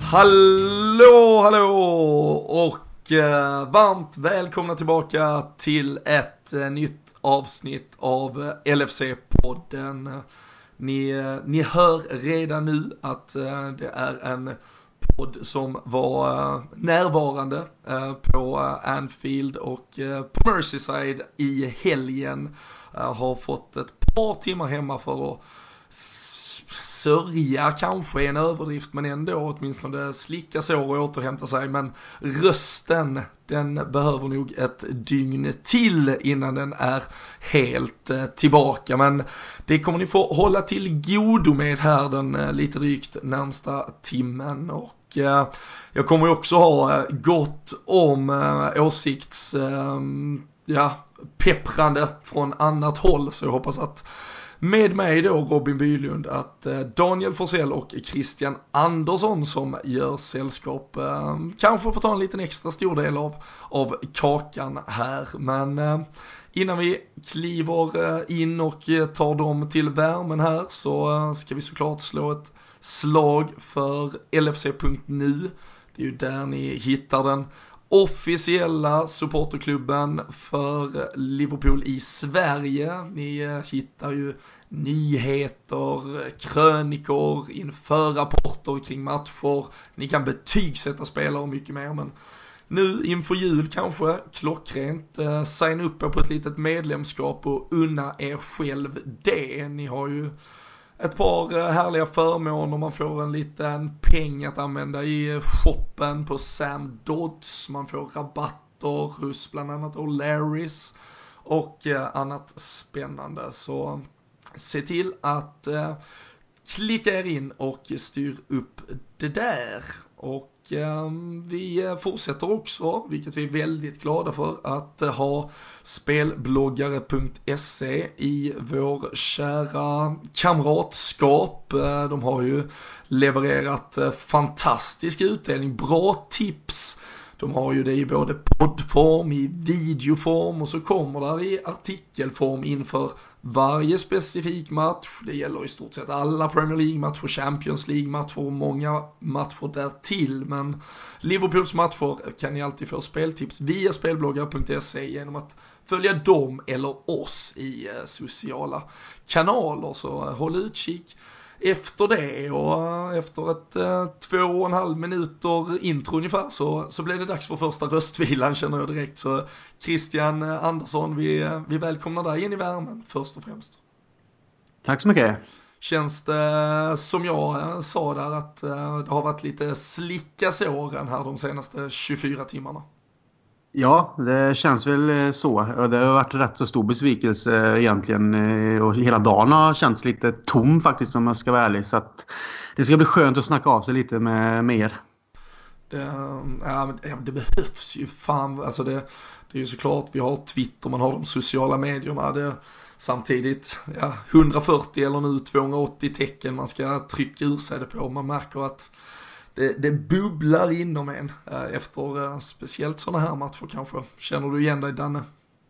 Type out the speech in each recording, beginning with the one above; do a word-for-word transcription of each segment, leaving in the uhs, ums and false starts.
Hallå, hallå och eh, varmt välkomna tillbaka till ett eh, nytt avsnitt av eh, L F C-podden. Ni, eh, ni hör redan nu att eh, det är en podd som var eh, närvarande eh, på eh, Anfield och eh, på Merseyside i helgen. Eh, har fått ett par timmar hemma för att sörja kanske en överdrift, men ändå åtminstone slicka sår och återhämta sig. Men rösten, den behöver nog ett dygn till innan den är helt eh, tillbaka. Men det kommer ni få hålla till godo med här den eh, lite drygt närmsta timmen. Och eh, jag kommer också ha eh, gott om eh, åsikts eh, ja, pepprande från annat håll, så jag hoppas att med mig då Robin Bylund, att eh, Daniel Forsell och Christian Andersson som gör sällskap eh, kanske får ta en liten extra stor del av, av kakan här. Men eh, innan vi kliver eh, in och eh, tar dem till värmen här så eh, ska vi såklart slå ett slag för L F C punkt nu. Det är ju där ni hittar den officiella supporterklubben för Liverpool i Sverige. Ni hittar ju nyheter, krönikor, inför rapporter kring matcher. Ni kan betygsätta spelare och mycket mer. Men nu inför jul kanske klockrent eh, signa upp er på ett litet medlemskap och unna er själv det. Ni har ju ett par härliga förmåner. Man får en liten peng att använda i shoppen på Sam Dodds. Man får rabatter hos bland annat O'Larrys och annat spännande. Så se till att eh, klicka er in och styr upp det där. Och eh, vi fortsätter också, vilket vi är väldigt glada för, att eh, ha spelbloggare punkt se i vår kära kamratskap. Eh, de har ju levererat eh, fantastisk utdelning, bra tips. De har ju det i både poddform, i videoform och så kommer där i artikelform inför varje specifik match. Det gäller i stort sett alla Premier League-matcher, Champions League-matcher och många matcher där till. Men Liverpools matcher kan ni alltid få speltips via spelbloggare punkt se genom att följa dem eller oss i sociala kanaler. Så håll utkik efter det, och efter ett eh, två och en halv minuter intro ungefär så, så blev det dags för första röstvilan, känner jag direkt. Så Christian Andersson, vi, vi välkomnar dig in i värmen först och främst. Tack så mycket. Känns det, som jag sa där, att eh, det har varit lite slicka såren här de senaste tjugofyra timmarna? Ja, det känns väl så. Det har varit rätt så stor besvikelse egentligen. Och hela dagen har känts lite tom faktiskt, om jag ska vara ärlig. Så att det ska bli skönt att snacka av sig lite med, med er. Det, ja, det behövs ju fan. Alltså det, det är ju såklart, vi har Twitter, man har de sociala medierna. Det, samtidigt, ja, hundrafyrtio eller nu tvåhundraåttio tecken man ska trycka ur sig det på. Man märker att Det, det bubblar inom en eh, efter eh, speciellt sådana här matcher kanske. Känner du igen dig, Danne?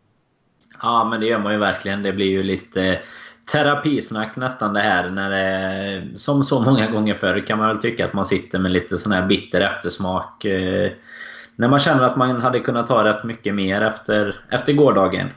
Ja, men det gör man ju verkligen. Det blir ju lite terapisnack nästan det här. När det, som så många gånger förr kan man väl tycka att man sitter med lite sån här bitter eftersmak. Eh, när man känner att man hade kunnat ta rätt mycket mer efter, efter gårdagen.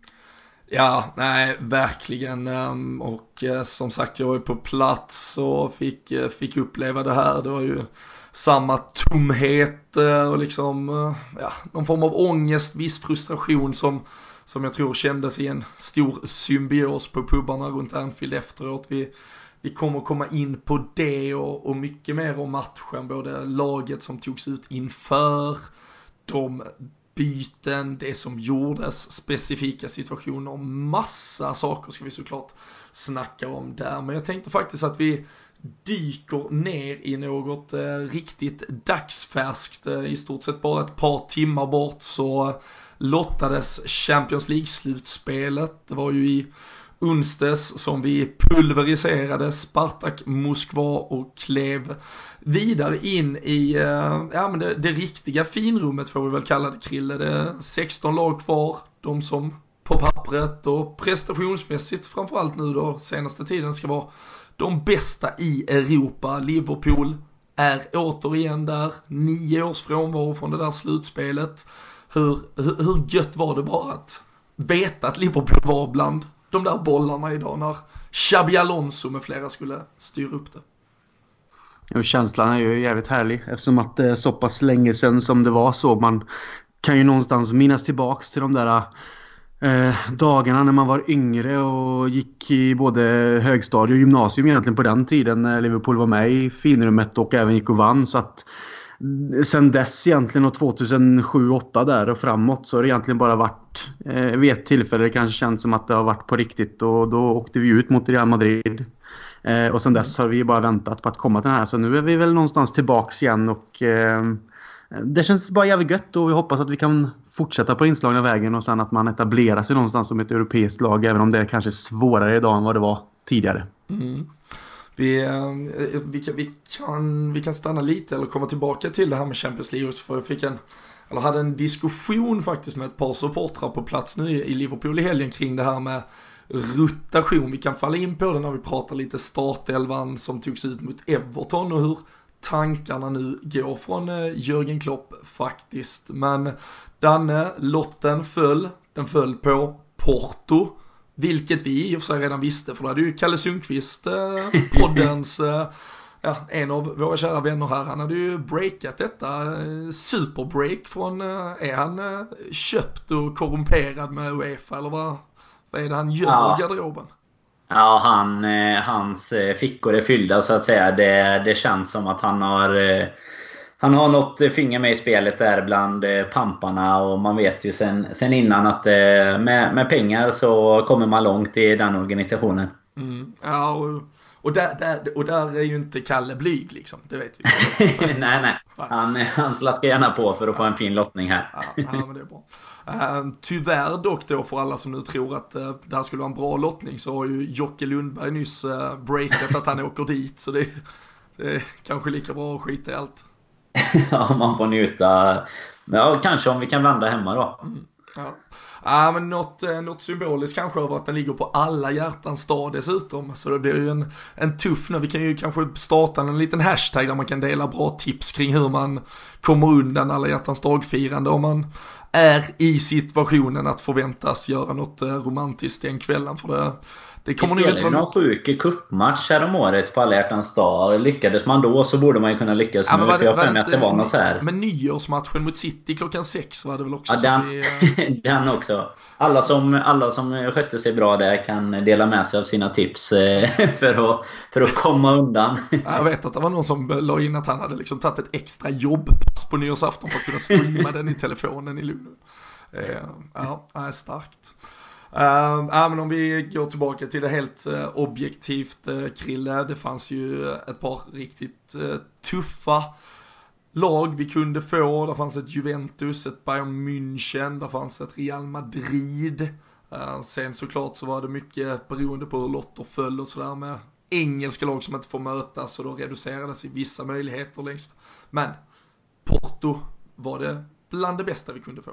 Ja, nej, verkligen. Och som sagt, jag var ju på plats och fick, fick uppleva det här. Det var ju samma tomhet och liksom, ja, någon form av ångest, viss frustration som, som jag tror kändes i en stor symbios på pubbarna runt Anfield efteråt. Vi, vi kommer komma in på det och, och mycket mer om matchen. Både laget som togs ut inför, de byten, det som gjordes, specifika situationer och massa saker ska vi såklart snacka om där. Men jag tänkte faktiskt att vi dyker ner i något eh, riktigt dagsfärskt. Eh, I stort sett bara ett par timmar bort så lottades Champions League-slutspelet. Det var ju i onsdags som vi pulveriserade Spartak Moskva och klev vidare in i uh, ja, men det, det riktiga finrummet, får vi väl kalla det, Krille. Det är sexton lag kvar, de som på pappret och prestationsmässigt framförallt nu då senaste tiden ska vara de bästa i Europa. Liverpool är återigen där, nio års frånvaro från det där slutspelet. Hur, hur, hur gött var det bara att veta att Liverpool var bland de där bollarna idag när Xabi Alonso med flera skulle styra upp det. Och känslan är ju jävligt härlig eftersom att det är så pass länge sedan som det var så. Man kan ju någonstans minnas tillbaks till de där eh, dagarna när man var yngre och gick i både högstadie och gymnasium egentligen på den tiden när Liverpool var med i finrummet och även gick och vann. Så att sen dess egentligen och tjugohundrasju åtta där och framåt så har det egentligen bara varit eh, vid ett tillfälle det kanske känns som att det har varit på riktigt och då åkte vi ut mot Real Madrid. Eh, och sen dess har vi bara väntat på att komma till den här. Så nu är vi väl någonstans tillbaks igen och eh, det känns bara jävligt gött och vi hoppas att vi kan fortsätta på inslagna vägen och sen att man etablerar sig någonstans som ett europeiskt lag även om det är kanske svårare idag än vad det var tidigare. Mm. Vi, vi, kan, vi, kan, vi kan stanna lite eller komma tillbaka till det här med Champions League för jag fick en, eller hade en diskussion faktiskt med ett par supportrar på plats nu i Liverpool i helgen kring det här med rotation. Vi kan falla in på det när vi pratar lite startelvan som togs ut mot Everton och hur tankarna nu går från Jürgen Klopp faktiskt. Men Danne, lotten föll, den föll på Porto. Vilket vi i och för sig redan visste, för då hade ju Kalle Sundqvist, eh, poddens, eh, ja, en av våra kära vänner här, han hade ju breakat detta, eh, superbreak från, eh, är han eh, köpt och korrumperad med UEFA, eller vad, vad är det han gör ja. i garderoben? Ja, han, eh, hans fickor är fyllda så att säga, det, det känns som att han har... Eh, Han har något finger med i spelet där bland pamparna och man vet ju sen, sen innan att med, med pengar så kommer man långt i den organisationen. Mm. Ja, och, och, där, där, och där är ju inte Kalle blyg liksom, det vet vi. nej, nej. Han, han slaskar gärna på för att få en fin lottning här. ja, ja, men det är bra. Uh, tyvärr dock då för alla som nu tror att uh, det här skulle vara en bra lottning så har ju Jocke Lundberg nyss uh, breakat att han åker dit så det, det är kanske lika bra att skita i allt. Ja, man får njuta. Ja, kanske om vi kan vända hemma då. Mm, ja. Ja, men något, något symboliskt kanske över att den ligger på alla hjärtans dag dessutom. Så det blir ju en, en tuff nu. Vi kan ju kanske starta en liten hashtag där man kan dela bra tips kring hur man kommer undan alla hjärtans dagfirande om man är i situationen att förväntas göra något romantiskt den kvällen. För det, det kommer nog inte vara någon sjuk cupmatch här om året på alla hjärtans dag. Lyckades man då så borde man ju kunna lyckas ja, nu. För jag för mig att det var något så här. Men nyårsmatchen mot City klockan sex var det väl också? Ja, den, vi, den också. Alla som, alla som skötte sig bra där kan dela med sig av sina tips för att, för att komma undan. Jag vet att det var någon som la in att han hade liksom tagit ett extra jobbpass på nyårsafton för att kunna streama den i telefonen i Lund. Ja, det är starkt. Uh, ja, men om vi går tillbaka till det helt uh, objektivt uh, Krille, det fanns ju ett par riktigt uh, tuffa lag vi kunde få. Det fanns ett Juventus, ett Bayern München, det fanns ett Real Madrid. Uh, sen såklart så var det mycket beroende på hur lotter föll och sådär med engelska lag som inte får mötas och då reducerades i vissa möjligheter längst. Men Porto var det bland det bästa vi kunde få.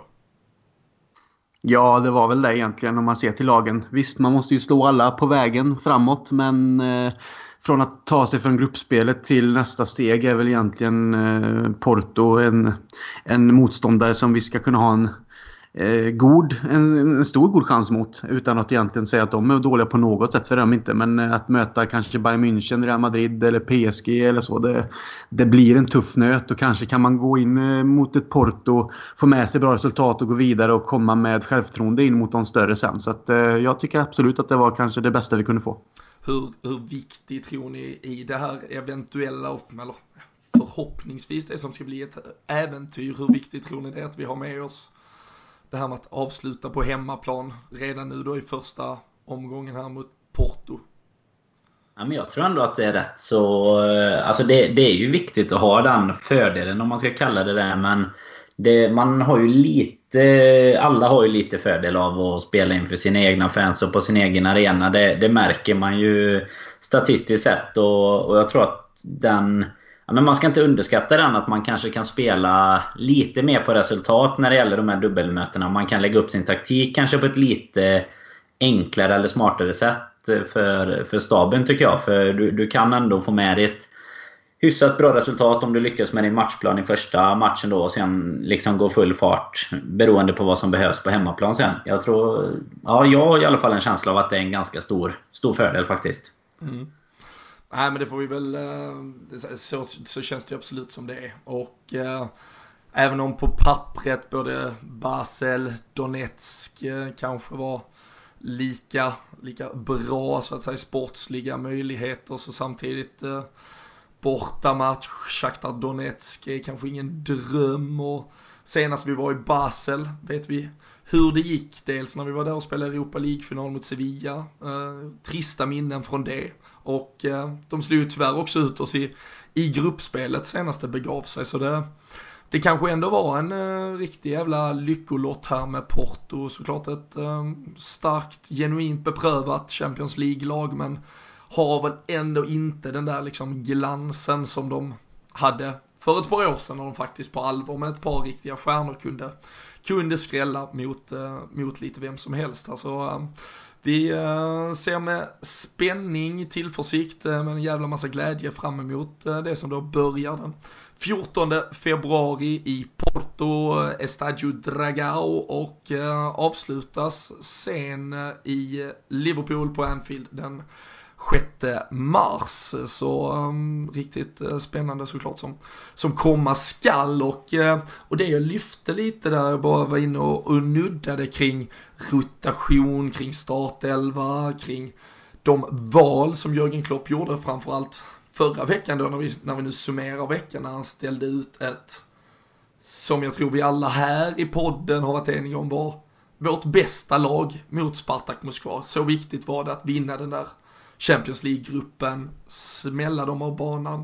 Ja, det var väl det egentligen om man ser till lagen. Visst, man måste ju slå alla på vägen framåt, men eh, från att ta sig från gruppspelet till nästa steg är väl egentligen eh, Porto en, en motståndare som vi ska kunna ha en eh, god, en, en stor god chans mot utan att egentligen säga att de är dåliga på något sätt för dem inte. Men eh, att möta kanske Bayern München, Real Madrid eller P S G eller så, det, det blir en tuff nöt och kanske kan man gå in eh, mot ett Porto, få med sig bra resultat och gå vidare och komma med självförtroende in mot de större sen. Så att, eh, jag tycker absolut att det var kanske det bästa vi kunde få. Hur, hur viktigt tror ni i det här eventuella, eller förhoppningsvis det som ska bli ett äventyr, hur viktigt tror ni det är att vi har med oss det här med att avsluta på hemmaplan redan nu då i första omgången här mot Porto? Ja, men jag tror ändå att det är rätt så... Alltså det, det är ju viktigt att ha den fördelen om man ska kalla det där, men det, man har ju lite... Alla har ju lite fördel av att spela inför sina egna fans och på sin egen arena. Det, det märker man ju statistiskt sett och, och jag tror att den... Ja, men man ska inte underskatta den att man kanske kan spela lite mer på resultat när det gäller de här dubbelmötena. Man kan lägga upp sin taktik kanske på ett lite enklare eller smartare sätt för, för staben tycker jag. För du, du kan ändå få med dig ett hyfsat bra resultat om du lyckas med din matchplan i första matchen då och sen liksom gå full fart beroende på vad som behövs på hemmaplan sen. Jag tror, ja, jag har i alla fall en känsla av att det är en ganska stor, stor fördel faktiskt. Mm. Nej, men det får vi väl, så, så känns det absolut som det är. Och eh, även om på pappret både Basel, Donetsk eh, kanske var lika, lika bra så att säga sportsliga möjligheter, så samtidigt eh, bortamatch, Shakhtar Donetsk är kanske ingen dröm, och senast vi var i Basel vet vi hur det gick, dels när vi var där och spelade Europa League-final mot Sevilla, eh, trista minnen från det, och eh, de slog tyvärr också ut oss i, i gruppspelet senast det begav sig, så det, det kanske ändå var en eh, riktig jävla lyckolott här med Porto, såklart ett eh, starkt, genuint beprövat Champions League-lag, men har väl ändå inte den där liksom glansen som de hade för ett par år sedan, när de faktiskt på allvar med ett par riktiga stjärnor kunde, kunde skrälla mot, uh, mot lite vem som helst. Alltså, uh, vi uh, ser med spänning, tillförsikt, uh, med en jävla massa glädje fram emot uh, det som då börjar den fjortonde februari i Porto, uh, Estadio Dragao, och uh, avslutas sen uh, i Liverpool på Anfield den sjätte mars, så um, riktigt uh, spännande såklart som, som komma skall, och, uh, och det jag lyfte lite där, jag bara var inne och, och nuddade kring rotation, kring startelva, kring de val som Jürgen Klopp gjorde framförallt förra veckan då, när vi, när vi nu summerar veckan, när han ställde ut ett, som jag tror vi alla här i podden har varit eniga om var vårt bästa lag mot Spartak Moskva. Så viktigt var det att vinna den där Champions League-gruppen, smälla dem av banan.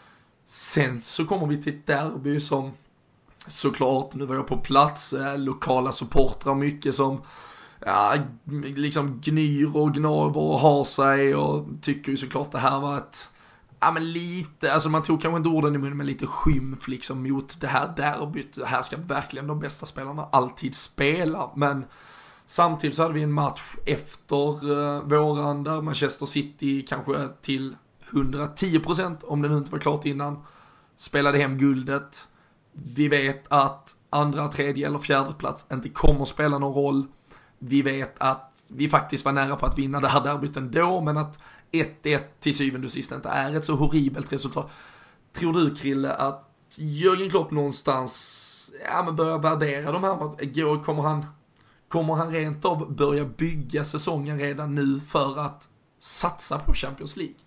Sen så kommer vi till ett derby som såklart, nu var jag på plats, eh, lokala supportrar mycket som ja, liksom gnyr och gnaver och har sig, och tycker ju såklart det här var ett, ja men lite, alltså man tog kanske inte orden i munnen, men lite skymf liksom mot det här derbyt. Det här ska verkligen de bästa spelarna alltid spela, men samtidigt så hade vi en match efter uh, våran där Manchester City kanske till hundratio procent, om det nu inte var klart innan, spelade hem guldet. Vi vet att andra, tredje eller fjärde plats inte kommer spela någon roll. Vi vet att vi faktiskt var nära på att vinna det här derbyt ändå, men att ett ett till syvende och sist inte är ett så horribelt resultat. Tror du, Krille, att Jürgen Klopp någonstans ja, men börjar värdera de här? Kommer han Kommer han rent av börja bygga säsongen redan nu för att satsa på Champions League?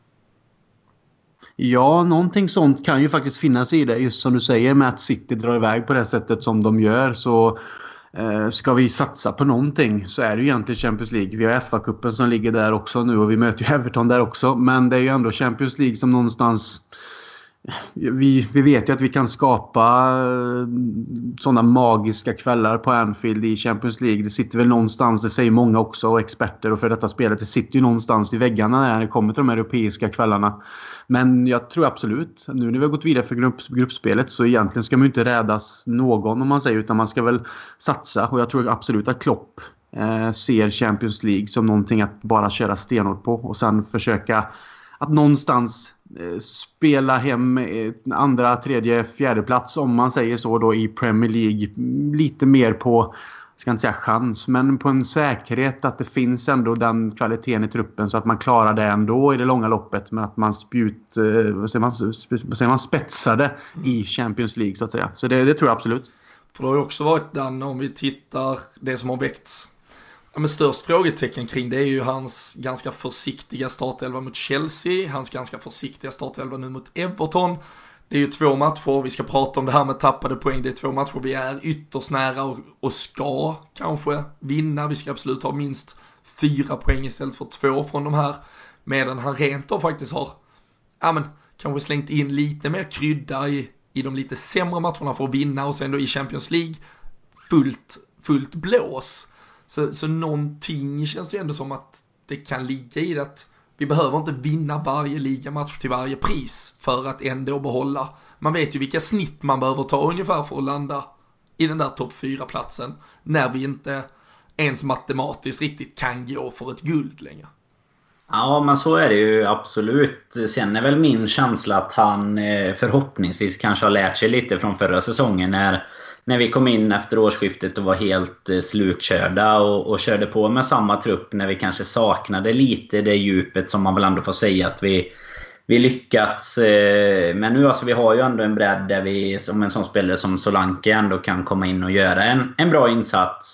Ja, någonting sånt kan ju faktiskt finnas i det. Just som du säger, med att City drar iväg på det sättet som de gör, så eh, ska vi satsa på någonting så är det ju egentligen Champions League. Vi har F A-cupen som ligger där också nu, och vi möter ju Everton där också. Men det är ju ändå Champions League som någonstans... Vi, vi vet ju att vi kan skapa sådana magiska kvällar på Anfield i Champions League. Det sitter väl någonstans, det säger många också, och experter och för detta spelet, det sitter ju någonstans i väggarna när det kommer till de europeiska kvällarna. Men jag tror absolut, nu när vi har gått vidare för grupp, gruppspelet, så egentligen ska man ju inte rädas någon, om man säger, utan man ska väl satsa. Och jag tror absolut att Klopp eh, ser Champions League som någonting att bara köra stenhårt på, och sen försöka att någonstans eh, spela hem eh, andra, tredje, fjärde plats, om man säger så då, i Premier League. Lite mer på, ska inte säga chans, men på en säkerhet att det finns ändå den kvaliteten i truppen så att man klarar det ändå i det långa loppet, med att man spjut, eh, vad säger man, vad säger man, spetsade i Champions League så att säga. Så det, det tror jag absolut. För det har ju också varit den, om vi tittar, det som har väckts ja, men störst frågetecken kring det är ju hans ganska försiktiga startelva mot Chelsea, hans ganska försiktiga startelva nu mot Everton. Det är ju två matcher, vi ska prata om det här med tappade poäng, det är två matcher vi är ytterst nära och, och ska kanske vinna. Vi ska absolut ha minst fyra poäng istället för två från de här, medan han rent av faktiskt har ja, men, kanske slängt in lite mer krydda i, i de lite sämre matcherna för att vinna, och sen då i Champions League fullt, fullt blås. Så, så någonting känns det ju ändå som att det kan ligga i det, att vi behöver inte vinna varje ligamatch till varje pris för att ändå behålla. Man vet ju vilka snitt man behöver ta ungefär för att landa i den där topp fyra platsen när vi inte ens matematiskt riktigt kan gå för ett guld längre. Ja, men så är det ju absolut. Sen är väl min känsla att han förhoppningsvis kanske har lärt sig lite från förra säsongen när, när vi kom in efter årsskiftet och var helt slutkörda och, och körde på med samma trupp när vi kanske saknade lite det djupet som man väl ändå får säga att vi, vi lyckats. Men nu alltså vi har ju ändå en bredd där vi som en sån spelare som Solanke ändå kan komma in och göra en, en bra insats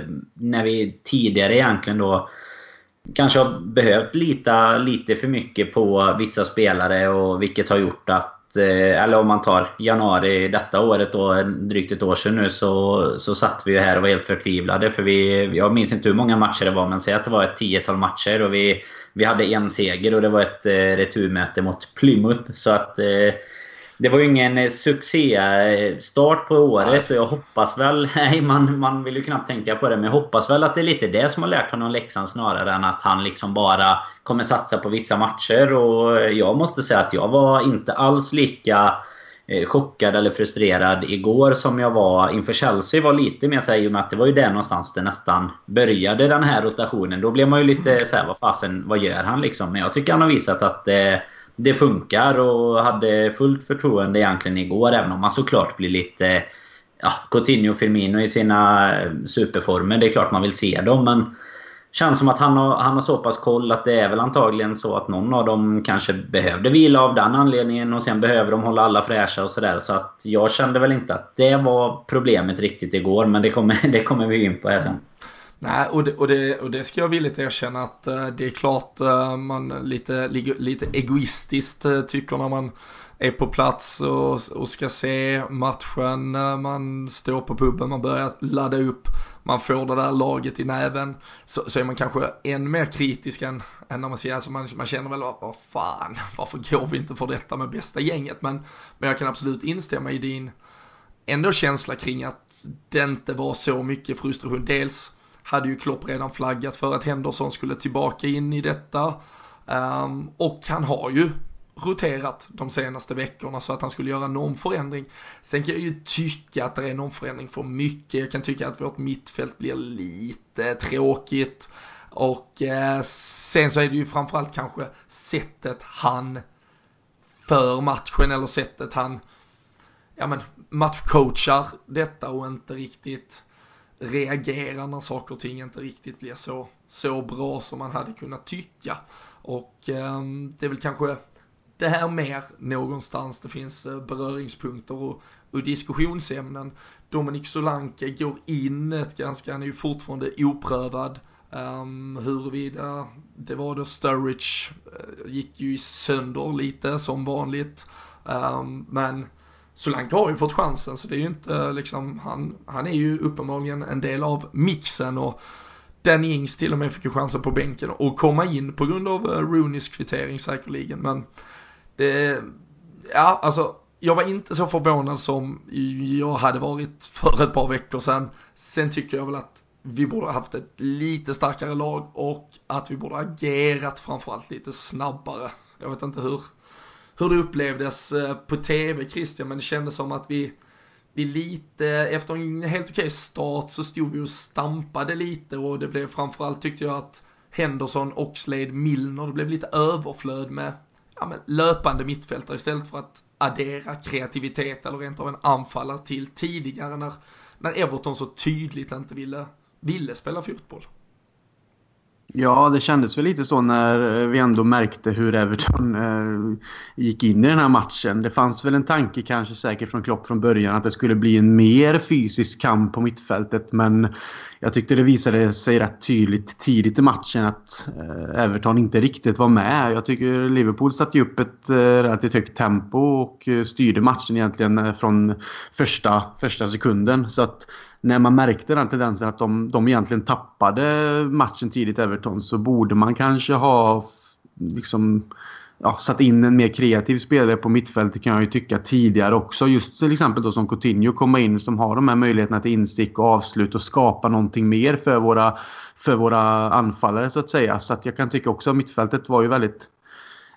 när vi tidigare egentligen då kanske har behövt lita lite för mycket på vissa spelare och vilket har gjort att eller om man tar januari detta året då, drygt ett år sedan nu så, så satt vi ju här och var helt förtvivlade för vi, jag minns inte hur många matcher det var men säg att det var ett tiotal matcher och vi, vi hade en seger och det var ett eh, returmöte mot Plymouth så att eh, det var ju ingen succéstart på året och jag hoppas väl, nej man, man vill ju knappt tänka på det, men jag hoppas väl att det är lite det som har lärt honom läxan snarare än att han liksom bara kommer satsa på vissa matcher. Och jag måste säga att jag var inte alls lika chockad eller frustrerad igår som jag var inför Chelsea. Var lite mer så här, i och med att det var ju där någonstans det nästan började den här rotationen. Då blev man ju lite så här, vad fasen, vad gör han liksom? Men jag tycker han har visat att eh, det funkar och hade fullt förtroende egentligen igår, även om man såklart blir lite ja, Coutinho och Firmino i sina superformer. Det är klart man vill se dem, men känns som att han har, han har så pass koll att det är väl antagligen så att någon av dem kanske behövde vila av den anledningen och sen behöver de hålla alla fräscha och sådär. Så att jag kände väl inte att det var problemet riktigt igår, men det kommer, det kommer vi in på här sen. Nej, och det, och, det, och det ska jag villigt erkänna att uh, det är klart uh, man lite, lite egoistiskt uh, tycker när man är på plats och, och ska se matchen, uh, man står på puben, man börjar ladda upp, man får det där laget i näven, så, så är man kanske än mer kritisk än, än när man ser, alltså man, man känner väl, vad fan, varför går vi inte för detta med bästa gänget, men, men jag kan absolut instämma i din ändå känsla kring att det inte var så mycket frustration. Dels hade ju Klopp redan flaggat för att Henderson skulle tillbaka in i detta. Um, och han har ju roterat de senaste veckorna så att han skulle göra någon förändring. Sen kan jag ju tycka att det är någon förändring för mycket. Jag kan tycka att vårt mittfält blir lite tråkigt. Och eh, sen så är det ju framförallt kanske sättet han för matchen eller sättet han ja men matchcoachar detta och inte riktigt reagerar när saker och ting inte riktigt blir så, så bra som man hade kunnat tycka. Och eh, det är väl kanske det här mer någonstans det finns eh, beröringspunkter och, och diskussionsämnen. Dominic Solanke går in ett ganska, han är ju fortfarande oprövad. Um, huruvida det var då Sturridge uh, gick ju i sönder lite som vanligt. Um, men Solanke har ju fått chansen, så det är ju inte liksom, han, han är ju uppenbarligen en del av mixen, och Danny Ings till och med fick ju chansen på bänken och komma in på grund av Rooneys kvittering säkerligen. Men det, ja alltså jag var inte så förvånad som jag hade varit för ett par veckor sedan. Sen tycker jag väl att vi borde ha haft ett lite starkare lag och att vi borde ha agerat framförallt lite snabbare. Jag vet inte hur hur det upplevdes på tv, Christian, men det kändes som att vi, vi lite, efter en helt okej start så stod vi och stampade lite, och det blev framförallt, tyckte jag, att Henderson, Oxlade, Milner, det blev lite överflöd med ja, men löpande mittfältare istället för att addera kreativitet eller rent av en anfallare till tidigare när, när Everton så tydligt inte ville, ville spela fotboll. Ja, det kändes väl lite så när vi ändå märkte hur Everton eh, gick in i den här matchen. Det fanns väl en tanke kanske säkert från Klopp från början att det skulle bli en mer fysisk kamp på mittfältet. Men jag tyckte det visade sig rätt tydligt tidigt i matchen att eh, Everton inte riktigt var med. Jag tycker Liverpool satte upp ett eh, relativt högt tempo och eh, styrde matchen egentligen från första, första sekunden. Så att när man märkte den tendensen att de, de egentligen tappade matchen tidigt Everton, så borde man kanske ha liksom, ja, satt in en mer kreativ spelare på mittfältet, kan jag ju tycka, tidigare också. Just till exempel då som Coutinho komma in, som har de här möjligheterna till instick och avslut och skapa någonting mer för våra, för våra anfallare så att säga. Så att jag kan tycka också att mittfältet var ju väldigt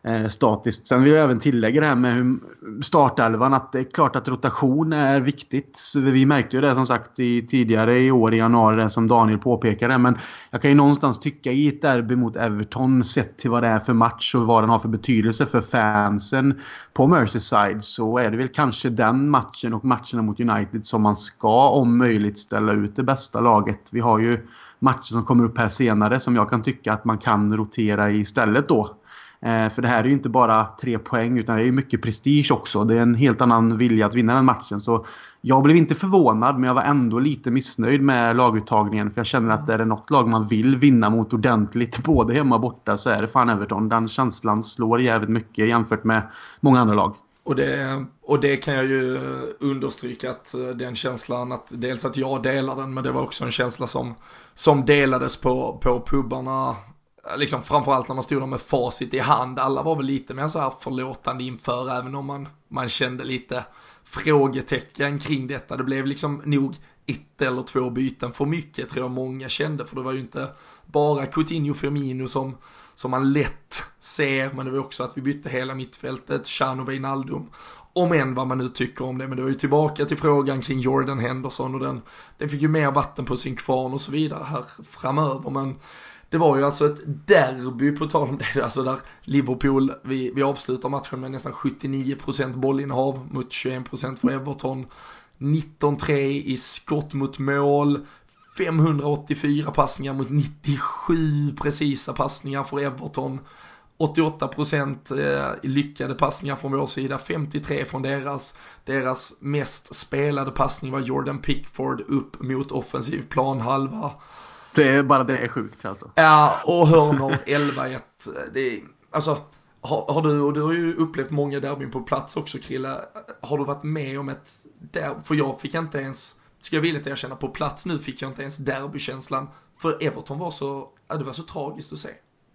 eh, statiskt. Sen vill jag även tillägga det här med hur startelvan, att det är klart att rotation är viktigt. Så vi märkte ju det som sagt i, tidigare i år i januari, det som Daniel påpekade. Men jag kan ju någonstans tycka i ett derby mot Everton, sett till vad det är för match och vad den har för betydelse för fansen på Merseyside, så är det väl kanske den matchen och matcherna mot United som man ska om möjligt ställa ut det bästa laget. Vi har ju matcher som kommer upp här senare som jag kan tycka att man kan rotera istället då. Eh, för det här är ju inte bara tre poäng utan det är ju mycket prestige också. Det är en helt annan vilja att vinna den matchen. Så jag blev inte förvånad, men jag var ändå lite missnöjd med laguttagningen. För jag känner att det är något lag man vill vinna mot ordentligt, både hemma och borta, så är det fan Everton. Den känslan slår jävligt mycket jämfört med många andra lag. Och det, och det kan jag ju understryka, att den känslan, att dels att jag delar den, men det var också en känsla som, som delades på, på pubbarna, liksom framförallt när man stod där med facit i hand. Alla var väl lite mer så här förlåtande inför, även om man, man kände lite frågetecken kring detta. Det blev liksom nog ett eller två byten för mycket, tror jag många kände, för det var ju inte bara Coutinho och Firmino som, som man lätt ser, men det var också att vi bytte hela mittfältet, Can och Wijnaldum, om än vad man nu tycker om det. Men det var ju tillbaka till frågan kring Jordan Henderson, och den, den fick ju mer vatten på sin kvarn och så vidare här framöver. Men det var ju alltså ett derby, på tal om det, alltså där Liverpool, vi, vi avslutar matchen med nästan sjuttionio procent bollinnehav mot tjugoen procent för Everton, nitton tre i skott mot mål, femhundraåttiofyra passningar mot nittiosju precisa passningar för Everton, åttioåtta procent lyckade passningar från vår sida, femtiotre från deras. Deras mest spelade passning var Jordan Pickford upp mot offensiv planhalva. Det är bara det är sjukt alltså. Ja, och hörnor elva ett. Det är, alltså, har, har du, och du har ju upplevt många derbyn på plats också, Krille. Har du varit med om ett där, för jag fick inte ens, ska jag vilja att erkänna, på plats nu fick jag inte ens derbykänslan, för Everton var så, ja, det var så tragiskt att se.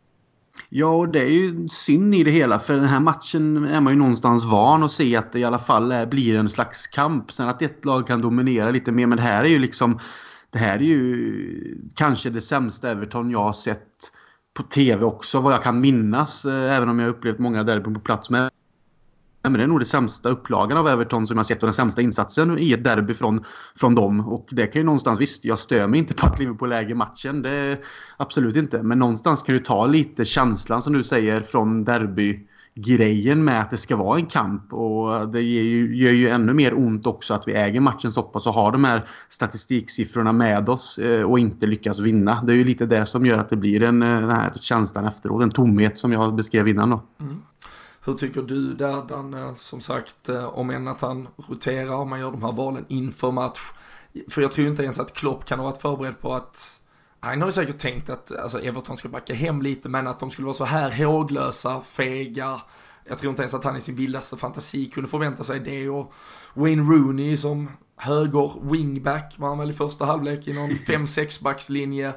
Ja, och det är ju synd i det hela, för den här matchen är man ju någonstans van att se att det i alla fall är, blir en slags kamp. Sen att ett lag kan dominera lite mer, men det här är ju liksom, det här är ju kanske det sämsta Everton jag har sett på tv också, vad jag kan minnas, även om jag har upplevt många derbyn på plats med. Men det är nog det sämsta upplagan av Everton som jag har sett, och den sämsta insatsen i ett derby från, från dem. Och det kan ju någonstans, visst, jag stör mig inte på att Liverpool äger matchen, det är absolut inte. Men någonstans kan du ta lite känslan som du säger från derbygrejen med att det ska vara en kamp. Och det gör ju, gör ju ännu mer ont också att vi äger matchen så pass och har de här statistiksiffrorna med oss och inte lyckas vinna. Det är ju lite det som gör att det blir en, den här känslan efteråt, en tomhet som jag beskrev innan då. Mm. Hur tycker du där, Dan, som sagt, om än att han roterar och man gör de här valen inför match? För jag tror inte ens att Klopp kan ha varit förberedd på att, han har ju säkert tänkt att alltså, Everton ska backa hem lite, men att de skulle vara så här håglösa, fega. Jag tror inte ens att han i sin vildaste fantasi kunde förvänta sig det. Och Wayne Rooney som höger wingback var han väl i första halvlek i någon fem sex backslinje.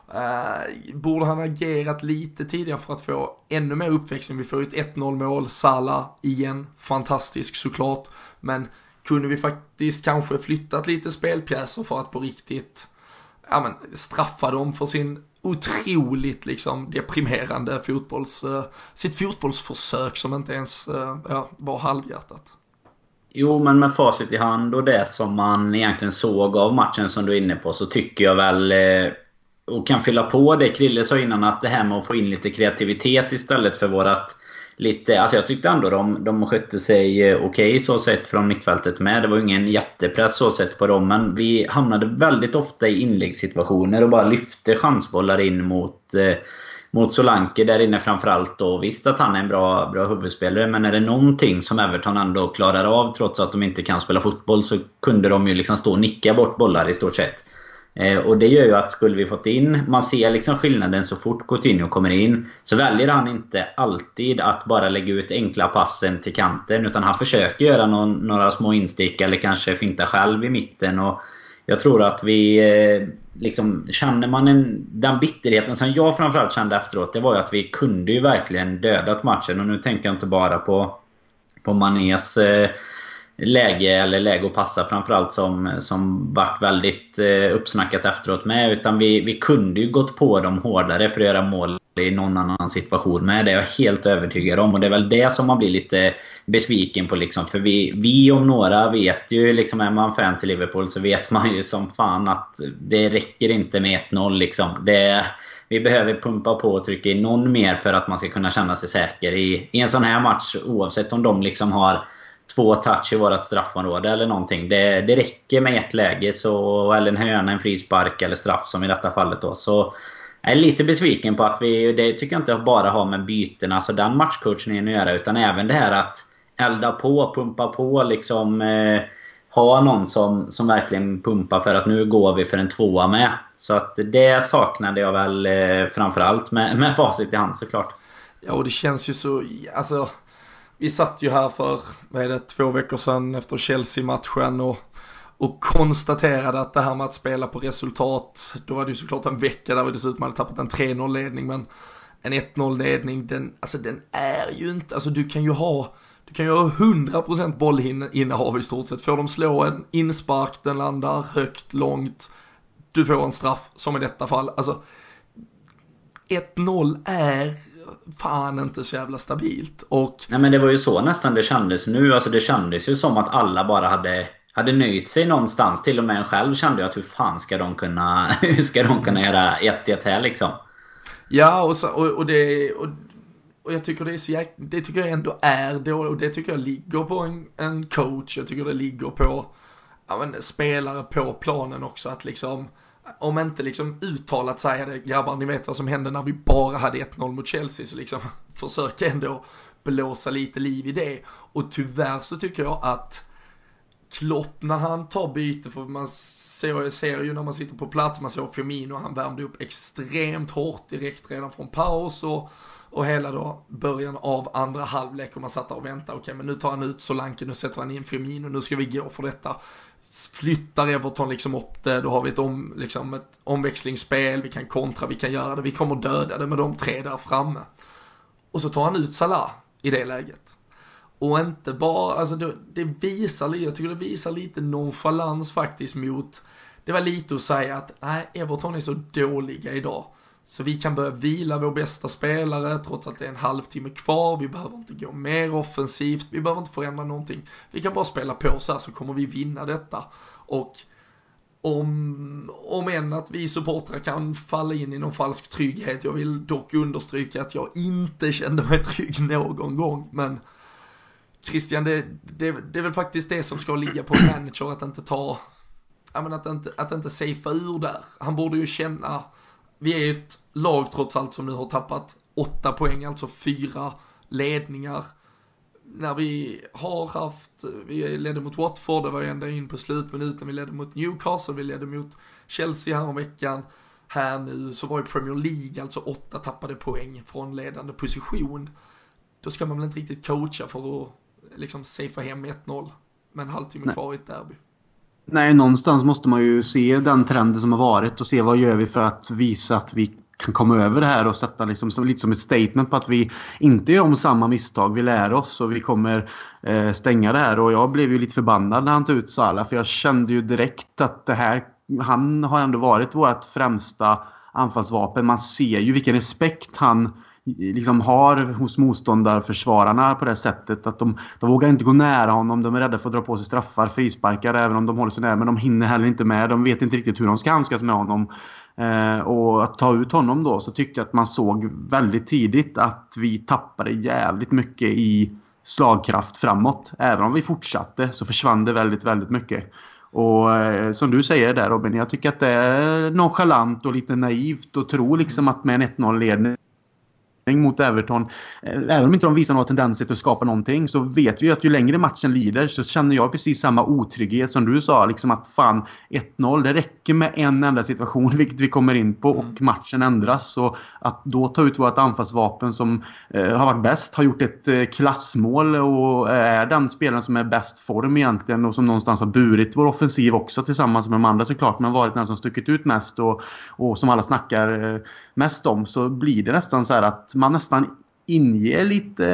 Uh, borde han agerat lite tidigare för att få ännu mer uppväxling. Vi får ju ett ett noll mål, Salah igen, fantastisk såklart, men kunde vi faktiskt kanske flyttat lite spelpjäser för att på riktigt, ja, men, straffa dem för sin otroligt liksom deprimerande fotbolls, uh, sitt fotbollsförsök som inte ens uh, ja, var halvhjärtat. Jo, men med facit i hand och det som man egentligen såg av matchen som du är inne på, så tycker jag väl eh, och kan fylla på det Krille sa innan, att det här med att få in lite kreativitet istället för vårat lite, alltså jag tyckte ändå de, de skötte sig okej okay, så sett från mittfältet med. Det var ingen jättepress så sett på dem, men vi hamnade väldigt ofta i inläggssituationer och bara lyfte chansbollar in mot eh, mot Solanke där inne framförallt. Och visst att han är en bra, bra huvudspelare, men är det någonting som Everton ändå klarar av, trots att de inte kan spela fotboll, så kunde de ju liksom stå och nicka bort bollar i stort sett. Eh, och det gör ju att skulle vi fått in, man ser liksom skillnaden så fort Coutinho kommer in, så väljer han inte alltid att bara lägga ut enkla passen till kanten, utan han försöker göra någon, några små instick eller kanske finta själv i mitten. Och jag tror att vi eh, liksom, känner man en, den bitterheten som jag framförallt kände efteråt, det var ju att vi kunde ju verkligen dödat matchen. Och nu tänker jag inte bara på på Manés eh, läge eller läge att passa framförallt som, som vart väldigt eh, uppsnackat efteråt med, utan vi, vi kunde ju gått på dem hårdare för att göra mål i någon annan situation med. Det är jag helt övertygad om. Och det är väl det som man blir lite besviken på. Liksom. För vi, vi om några vet ju, liksom, är man fan till Liverpool så vet man ju som fan att det räcker inte med ett noll. Liksom. Det, vi behöver pumpa på och trycka in någon mer för att man ska kunna känna sig säker i, i en sån här match. Oavsett om de liksom har två touch i vårat straffområde eller någonting. Det, det räcker med ett läge, så, eller en hörna, en frispark eller straff som i detta fallet då. Så jag är lite besviken på att vi, det tycker jag inte bara har med byten, alltså den matchcoachningen att göra, utan även det här att elda på, pumpa på, liksom eh, ha någon som, som verkligen pumpar för att nu går vi för en tvåa med. Så att det saknade jag väl eh, framförallt med, med facit i hand såklart. Ja, och det känns ju så, alltså vi satt ju här för, vad är det, två veckor sedan efter Chelsea-matchen och Och konstaterade att det här med att spela på resultat, då var det ju såklart en vecka där vi dessutom hade tappat en tre noll-ledning, men en ett noll-ledning, den, alltså den är ju inte, alltså du kan ju ha, du kan ju ha hundra procent bollinnehav i stort sett. Får de slå en inspark, den landar högt, långt, du får en straff, som i detta fall. Alltså, ett noll är fan inte så jävla stabilt. Och nej, men det var ju så nästan det kändes nu, alltså det kändes ju som att alla bara hade Hade nöjt sig någonstans. Till och med en själv kände jag att hur fan ska de kunna hur ska de kunna göra ett ett här liksom. Ja, och, så, och, och det och, och jag tycker det är så jäk, det tycker jag ändå är då, och det tycker jag ligger på en, en coach. Jag tycker det ligger på ja, men, spelare på planen också, att liksom, om inte liksom uttalat säga det, grabbar, ni vet vad som hände när vi bara hade ett noll mot Chelsea, så liksom försöka ändå blåsa lite liv i det. Och tyvärr så tycker jag att Klopp, när han tar byte, för man ser, ser ju när man sitter på plats, man såg Firmino, han värmde upp extremt hårt direkt redan från paus och, och hela då början av andra halvlek, och man satt och väntade, okej, okay, men nu tar han ut Solanke, nu sätter han in Firmino, nu ska vi gå för detta. Flyttar Everton liksom upp det, då har vi ett, om, liksom ett omväxlingsspel, vi kan kontra, vi kan göra det, vi kommer döda det med de tre där framme. Och så tar han ut Salah i det läget. Och inte bara, alltså det, det visar, jag tycker det visar lite nonchalans faktiskt mot, det var lite att säga att nej, Everton är så dåliga idag, så vi kan börja vila vår bästa spelare trots att det är en halvtimme kvar, vi behöver inte gå mer offensivt, vi behöver inte förändra någonting, vi kan bara spela på så här så kommer vi vinna detta. Och om, om än att vi supportrar kan falla in i någon falsk trygghet, jag vill dock understryka att jag inte kände mig trygg någon gång, men Christian, det, det, det är väl faktiskt det som ska ligga på en manager, att inte ta, jag menar, att inte, att inte safea ur där. Han borde ju känna, vi är ju ett lag trots allt som nu har tappat åtta poäng, alltså fyra ledningar. När vi har haft, vi ledde mot Watford, det var ju ända in på slutminuten, vi ledde mot Newcastle, vi ledde mot Chelsea här om veckan. Här nu så var ju Premier League alltså åtta tappade poäng från ledande position. Då ska man väl inte riktigt coacha för att liksom safea hem ett noll med en halvtimme Nej. kvar i ett derby. Nej, någonstans måste man ju se den trenden som har varit och se vad gör vi för att visa att vi kan komma över det här och sätta liksom som, lite som ett statement på att vi inte gör om samma misstag, vi lär oss och vi kommer eh, stänga det här. Och jag blev ju lite förbannad när han tog ut Salah, för jag kände ju direkt att det här, han har ändå varit vårt främsta anfallsvapen. Man ser ju vilken respekt han liksom har hos motståndarförsvararna på det sättet att de, de vågar inte gå nära honom, de är rädda för att dra på sig straffar, frisparkar även om de håller sig nära, men de hinner heller inte med, de vet inte riktigt hur de ska handskas med honom. Eh, och att ta ut honom då, så tyckte jag att man såg väldigt tidigt att vi tappade jävligt mycket i slagkraft framåt. Även om vi fortsatte så försvann det väldigt, väldigt mycket. Och eh, som du säger där, Robin, jag tycker att det är nonchalant och lite naivt att tro liksom att med en ett noll-ledning mot Everton, även om inte de visar några tendenser till att skapa någonting, så vet vi att ju längre matchen lider så känner jag precis samma otrygghet som du sa, liksom att fan, ett noll, det räcker med en enda situation vilket vi kommer in på och matchen ändras. Så att då ta ut vårt anfallsvapen som eh, har varit bäst, har gjort ett eh, klassmål och är den spelaren som är bäst form egentligen och som någonstans har burit vår offensiv också tillsammans med de andra såklart, men varit den som stuckit ut mest och, och som alla snackar eh, mest om, så blir det nästan så här att man nästan inger lite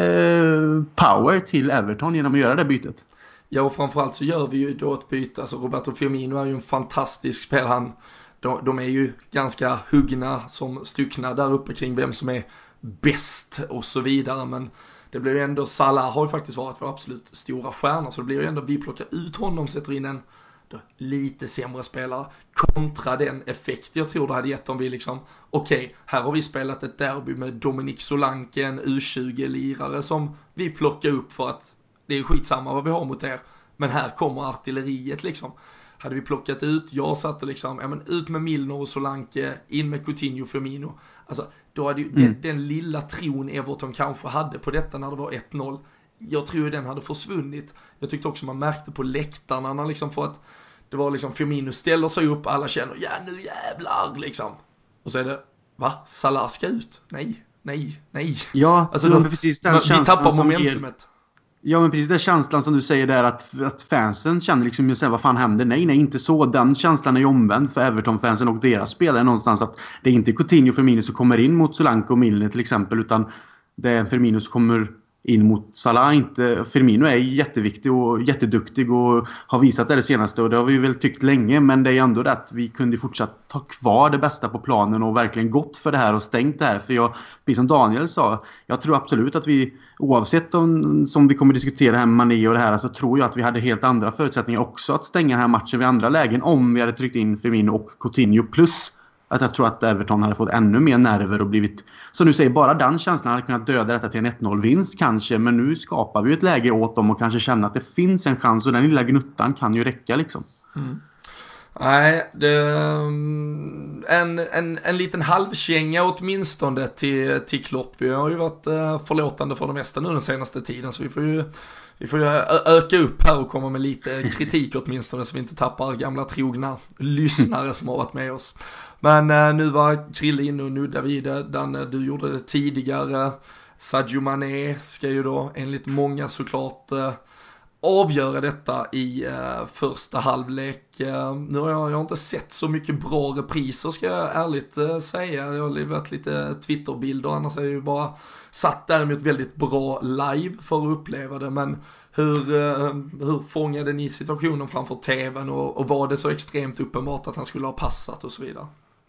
power till Everton genom att göra det bytet. Ja, och framförallt så gör vi ju då ett byte. Alltså Roberto Firmino är ju en fantastisk spelare. Han de, de är ju ganska huggna som styckna där uppe kring vem som är bäst och så vidare, men det blir ju ändå, Salah har ju faktiskt varit vår absolut stora stjärna, så det blir ju ändå, vi plockar ut honom, sätter in en då, lite sämre spelare kontra den effekt jag tror det hade gett om vi liksom, okej, okay, här har vi spelat ett derby med Dominic Solanke, en U tjugo-lirare som vi plockar upp för att det är skitsamma vad vi har mot er, men här kommer artilleriet liksom. Hade vi plockat ut, jag satte liksom, ja men ut med Milner och Solanke, in med Coutinho och Firmino. Alltså, då hade ju mm. den, den lilla tron Everton kanske hade på detta när det var ett noll. Jag tror ju den hade försvunnit. Jag tyckte också man märkte på läktarna när liksom, för att det var liksom Firmino ställer sig upp, alla känner, ja nu jävlar liksom. Och så är det, va? Salah ska ut? Nej, nej, nej. Ja, alltså, då, då, precis den vi tappar momentumet. Ger... Ja, men precis den känslan som du säger där, att, att fansen känner liksom, jag säger, vad fan händer? Nej, nej, inte så. Den känslan är ju omvänd för Everton-fansen och deras spelare någonstans, att det är inte Coutinho och Firmino som kommer in mot Solanke och Milner till exempel, utan det är Firmino som kommer in mot Salah. Inte, Firmino är jätteviktig och jätteduktig och har visat det, det senaste, och det har vi väl tyckt länge, men det är ändå rätt. Vi kunde fortsatt ta kvar det bästa på planen och verkligen gått för det här och stängt det här, för jag, precis som Daniel sa, jag tror absolut att vi, oavsett om som vi kommer diskutera här med Mané och det här, så tror jag att vi hade helt andra förutsättningar också att stänga den här matchen vid andra lägen om vi hade tryckt in Firmino och Coutinho, plus att jag tror att Everton hade fått ännu mer nerver och blivit, så nu säger bara den känslan hade kunnat döda detta till en ett noll-vinst kanske, men nu skapar vi ett läge åt dem och kanske känner att det finns en chans, och den lilla gnuttan kan ju räcka liksom. Mm. Nej, det, en, en, en liten halvkänga åtminstone till, till Klopp. Vi har ju varit förlåtande för det mesta nu den senaste tiden, så vi får ju Vi får ju öka upp här och komma med lite kritik åtminstone, så vi inte tappar gamla trogna lyssnare som har varit med oss. Men eh, nu var Krille inne och nudda vid det. Dan, du gjorde det tidigare. Sadio Mané ska ju då enligt många såklart eh, avgöra detta i eh, första halvlek. Eh, nu har jag, jag har inte sett så mycket bra repriser, ska jag ärligt eh, säga. Jag har varit lite Twitterbilder, annars är det ju bara satt däremot väldigt bra live för att uppleva det. Men hur, eh, hur fångade ni situationen framför tvn, och, och var det så extremt uppenbart att han skulle ha passat och så vidare?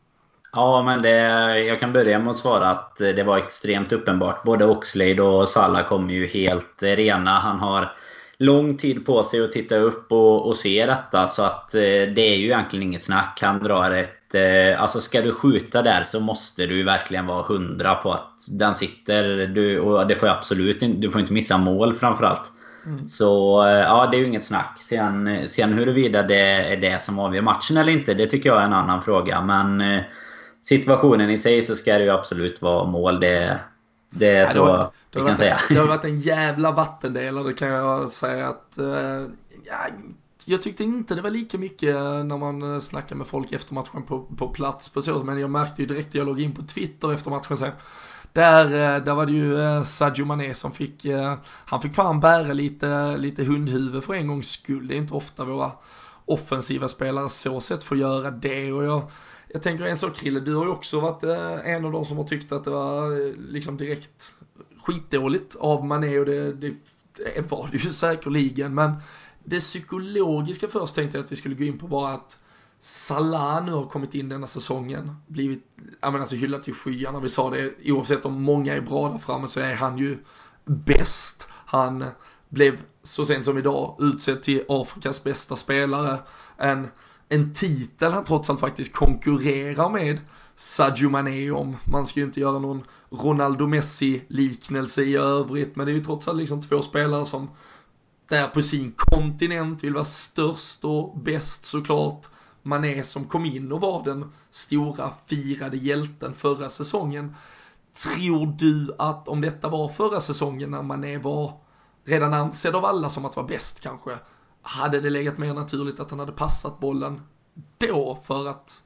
Ja, men det, jag kan börja med att svara att det var extremt uppenbart. Både Oxlade och Salah kom ju helt rena. Han har lång tid på sig att titta upp och, och se detta, så att eh, det är ju egentligen inget snack. Han drar ett, eh, alltså ska du skjuta där så måste du verkligen vara hundra på att den sitter, du, och det får jag absolut inte, du får inte missa mål framförallt. Mm. Så eh, ja, det är ju inget snack. Sen, sen huruvida det är det som avgör matchen eller inte, det tycker jag är en annan fråga, men eh, situationen i sig så ska det ju absolut vara mål. Det Det ja, tror jag vi kan säga. Det har varit en jävla vattendelare, det kan jag säga. Att uh, ja, jag tyckte inte det var lika mycket när man snackade med folk efter matchen på, på plats på så, men jag märkte ju direkt när jag låg in på Twitter efter matchen sen. Där, där var det ju uh, Sadio Mané som fick uh, han fick fan bära lite, lite hundhuvud för en gångs skull. Det är inte ofta våra offensiva spelare så sett får göra det, och jag Jag tänker en så, Krille, du har ju också varit eh, en av de som har tyckt att det var eh, liksom direkt skitdåligt av Mané, och det, det, det var det ju säkerligen, men det psykologiska först tänkte jag att vi skulle gå in på, bara att Salah nu har kommit in denna säsongen, blivit jag menar, alltså hyllat till skyarna. Vi sa det, oavsett om många är bra där framme så är han ju bäst. Han blev så sent som idag utsedd till Afrikas bästa spelare, en En titel han trots allt faktiskt konkurrerar med Sadio Mané om. Man ska ju inte göra någon Ronaldo Messi-liknelse i övrigt, men det är ju trots allt liksom två spelare som där på sin kontinent vill vara störst och bäst såklart. Mané som kom in och var den stora firade hjälten förra säsongen. Tror du att om detta var förra säsongen när Mané var redan ansedd av alla som att vara bäst kanske, hade det legat mer naturligt att han hade passat bollen då, för att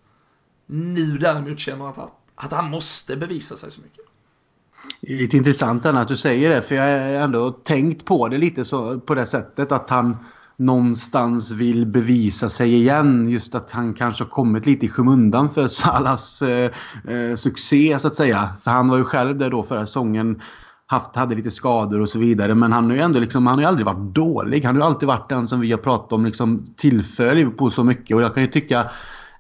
nu däremot känner att, att han måste bevisa sig så mycket? Det är lite intressant att du säger det, för jag har ändå tänkt på det lite så, på det sättet att han någonstans vill bevisa sig igen, just att han kanske har kommit lite i skymundan för Salahs eh, eh, succé så att säga, för han var ju själv där då förra säsongen, haft, hade lite skador och så vidare, men han har ju ändå liksom, han har ju aldrig varit dålig. Han har ju alltid varit den som vi har pratat om liksom tillför Liverpool så mycket, och jag kan ju tycka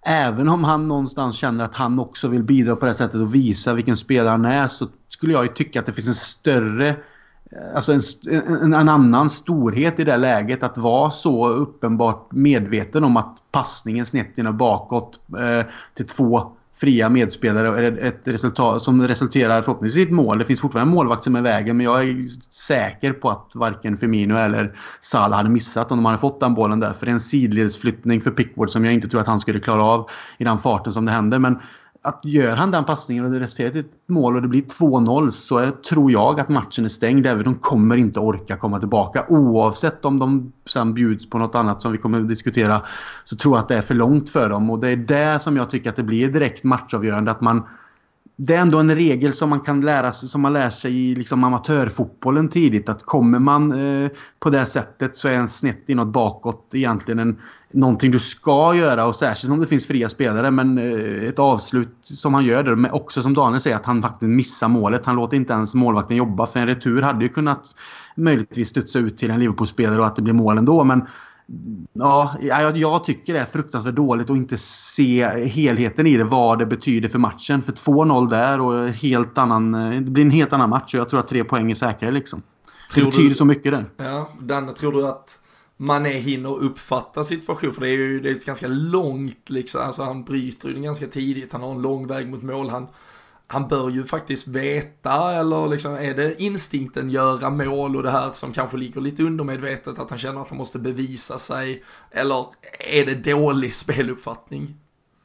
även om han någonstans känner att han också vill bidra på det sättet och visa vilken spelare han är, så skulle jag ju tycka att det finns en större, alltså en, en, en annan storhet i det läget att vara så uppenbart medveten om att passningen snett in och bakåt eh, till två fria medspelare är ett resultat som resulterar förhoppningsvis i ett mål. Det finns fortfarande en målvakt som är i vägen, men jag är säker på att varken Firmino eller Salah hade missat om de hade fått den bollen där. För det är en sidledsflyttning för Pickford som jag inte tror att han skulle klara av i den farten som det händer. Men att gör han den passningen och det resulterar i ett mål och det blir två noll, så är, tror jag att matchen är stängd. Även de kommer inte orka komma tillbaka. Oavsett om de sen bjuds på något annat som vi kommer att diskutera, så tror jag att det är för långt för dem. Och det är det som jag tycker att det blir direkt matchavgörande. Att man, det är ändå en regel som man kan lära sig, som man lär sig i liksom amatörfotbollen tidigt. Att kommer man eh, på det sättet, så är en snett inåt bakåt egentligen en, någonting du ska göra. Och särskilt om det finns fria spelare. Men eh, ett avslut som han gör där, men också som Daniel säger, att han faktiskt missar målet. Han låter inte ens målvakten jobba. För en retur hade ju kunnat möjligtvis studsa ut till en Liverpool-spelare och att det blir mål ändå. Men ja, jag, jag tycker det är fruktansvärt dåligt att inte se helheten i det, vad det betyder för matchen. För två noll där och helt annan, det blir en helt annan match, och jag tror att tre poäng är säkrare liksom. Tror det betyder du, så mycket där. Ja, Danne, tror du att Mané hinner uppfatta situation? För det är ju det är ett ganska långt liksom, alltså han bryter ju den ganska tidigt, han har en lång väg mot mål, han Han bör ju faktiskt veta, eller liksom, är det instinkten göra mål och det här som kanske ligger lite undermedvetet, att han känner att han måste bevisa sig, eller är det dålig speluppfattning?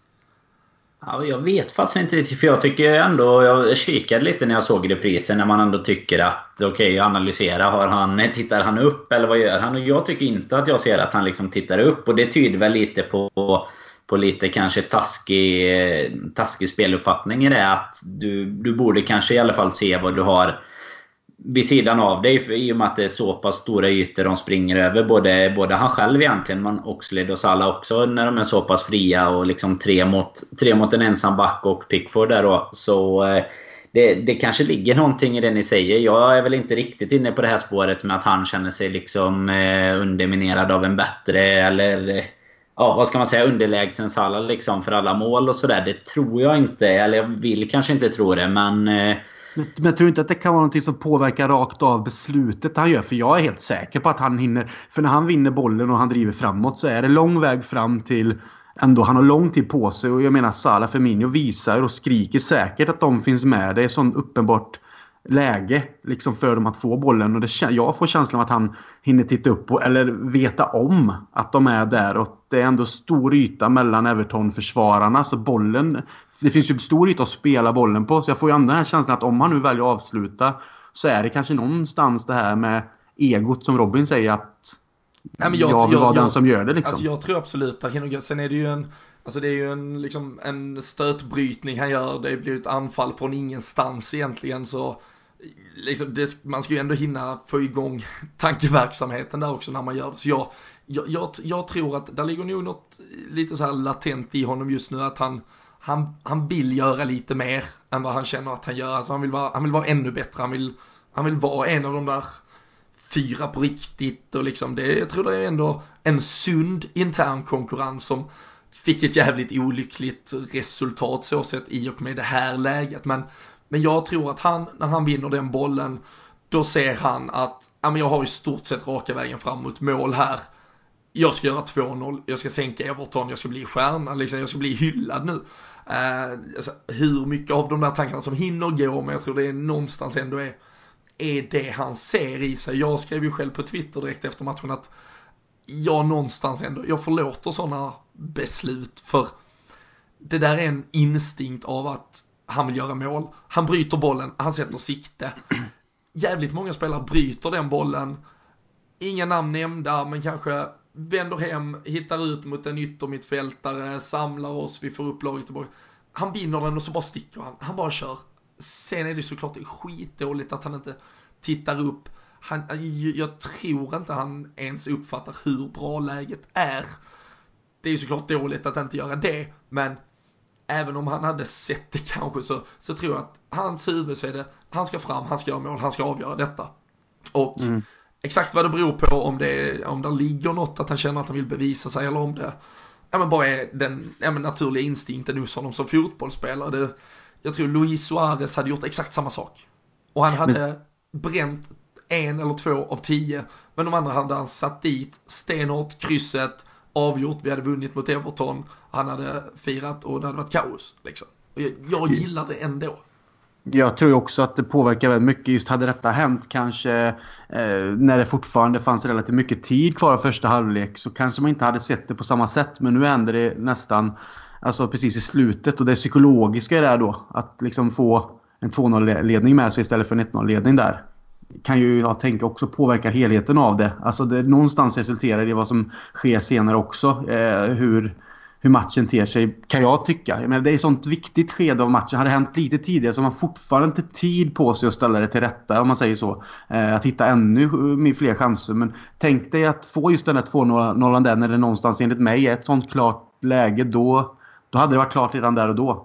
Ja, jag vet faktiskt inte riktigt, för jag tycker ändå, jag kikade lite när jag såg reprisen, när man ändå tycker att okej, okay, analysera, har han, tittar han upp eller vad gör han? Och jag tycker inte att jag ser att han liksom tittar upp, och det tyder väl lite på på lite kanske taskig, taskig speluppfattning i det, att du, du borde kanske i alla fall se vad du har vid sidan av dig, för i och med att det är så pass stora ytor de springer över, både, både han själv egentligen, men Oxlade och Salah också, när de är så pass fria och liksom tre mot, tre mot en ensam back och Pickford där då, så det, det kanske ligger någonting i det ni säger. Jag är väl inte riktigt inne på det här spåret med att han känner sig liksom underminerad av en bättre, eller ja, vad ska man säga, underlägsen Salah liksom för alla mål och sådär. Det tror jag inte, eller jag vill kanske inte tro det, men eh... men jag tror inte att det kan vara något som påverkar rakt av beslutet han gör, för jag är helt säker på att han hinner, för när han vinner bollen och han driver framåt, så är det lång väg fram till ändå, han har lång tid på sig, och jag menar Salah, Firmino visar och skriker säkert att de finns med. Det är sån uppenbart läge liksom för dem att få bollen, och det, jag får känslan av att han hinner titta upp på, eller veta om att de är där, och det är ändå stor yta mellan Everton-försvararna, så bollen, det finns ju stor yta att spela bollen på, så jag får ju ändå den här känslan att om han nu väljer att avsluta, så är det kanske någonstans det här med egot som Robin säger, att Nej, men jag, jag vill jag, vara jag, den som gör det liksom. Alltså jag tror absolut att hinner, sen är det ju en Alltså det är ju en, liksom, en stötbrytning han gör. Det blir ett anfall från ingenstans egentligen. Så liksom, det, man ska ju ändå hinna få igång tankeverksamheten där också när man gör det. Så jag, jag, jag, jag tror att det ligger nog något lite så här latent i honom just nu. Att han, han, han vill göra lite mer än vad han känner att han gör. Alltså han vill vara, han vill vara ännu bättre. Han vill, han vill vara en av de där fyra på riktigt. Och liksom det, jag tror det är ändå en sund intern konkurrens som fick ett jävligt olyckligt resultat så sett i och med det här läget. Men, men jag tror att han, när han vinner den bollen, då ser han att ja, men jag har i stort sett raka vägen fram mot mål här. Jag ska göra två noll, jag ska sänka Everton, jag ska bli stjärna, liksom, jag ska bli hyllad nu. Uh, alltså, hur mycket av de där tankarna som hinner gå, men jag tror det är någonstans ändå är, är det han ser i sig. Jag skrev ju själv på Twitter direkt efter matchen att jag någonstans ändå, jag förlåter sådana beslut, för det där är en instinkt av att han vill göra mål. Han bryter bollen, han sätter sikte. Jävligt många spelare bryter den bollen, inga namn nämnda, men kanske vänder hem, hittar ut mot en yttermittfältare, samlar oss, vi får upp laget tillbaka. Han vinner den och så bara sticker han. Han bara kör. Sen är det såklart skitdåligt att han inte tittar upp. Han, jag tror inte han ens uppfattar hur bra läget är. Det är ju såklart dåligt att inte göra det, men även om han hade sett det kanske, så, så tror jag att hans huvud så är det, han ska fram, han ska göra mål, han ska avgöra detta. Och mm. exakt vad det beror på, om det, om det ligger något att han känner att han vill bevisa sig, eller om det, ja, men bara är den ja, men naturliga instinkten hos honom som fotbollsspelare. Det, jag tror Luis Suarez hade gjort exakt samma sak. Och han hade men... bränt en eller två av tio. Men de andra hade han satt dit stenhårt, krysset, avgjort, vi hade vunnit mot Everton. Han hade firat och det hade varit kaos. Liksom. Och jag, jag gillar det ändå. Jag tror också att det påverkar väldigt mycket. Just hade detta hänt kanske eh, när det fortfarande fanns relativt mycket tid kvar av första halvlek, så kanske man inte hade sett det på samma sätt. Men nu händer det nästan alltså precis i slutet, och det psykologiska är där då. Att liksom få en två noll-ledning med sig istället för en ett noll-ledning där. Kan ju jag tänka också påverka helheten av det. Alltså det någonstans resulterar i vad som sker senare också. Eh, hur... hur matchen ter sig, kan jag tycka. Men det är ett sånt viktigt skede av matchen. Hade hänt lite tidigare så man fortfarande inte tid på sig att ställa det till rätta, om man säger så. Eh, att hitta ännu fler chanser. Men tänk dig att få just den där två noll där när det någonstans enligt mig är ett sånt klart läge. Då, då hade det varit klart redan där och då.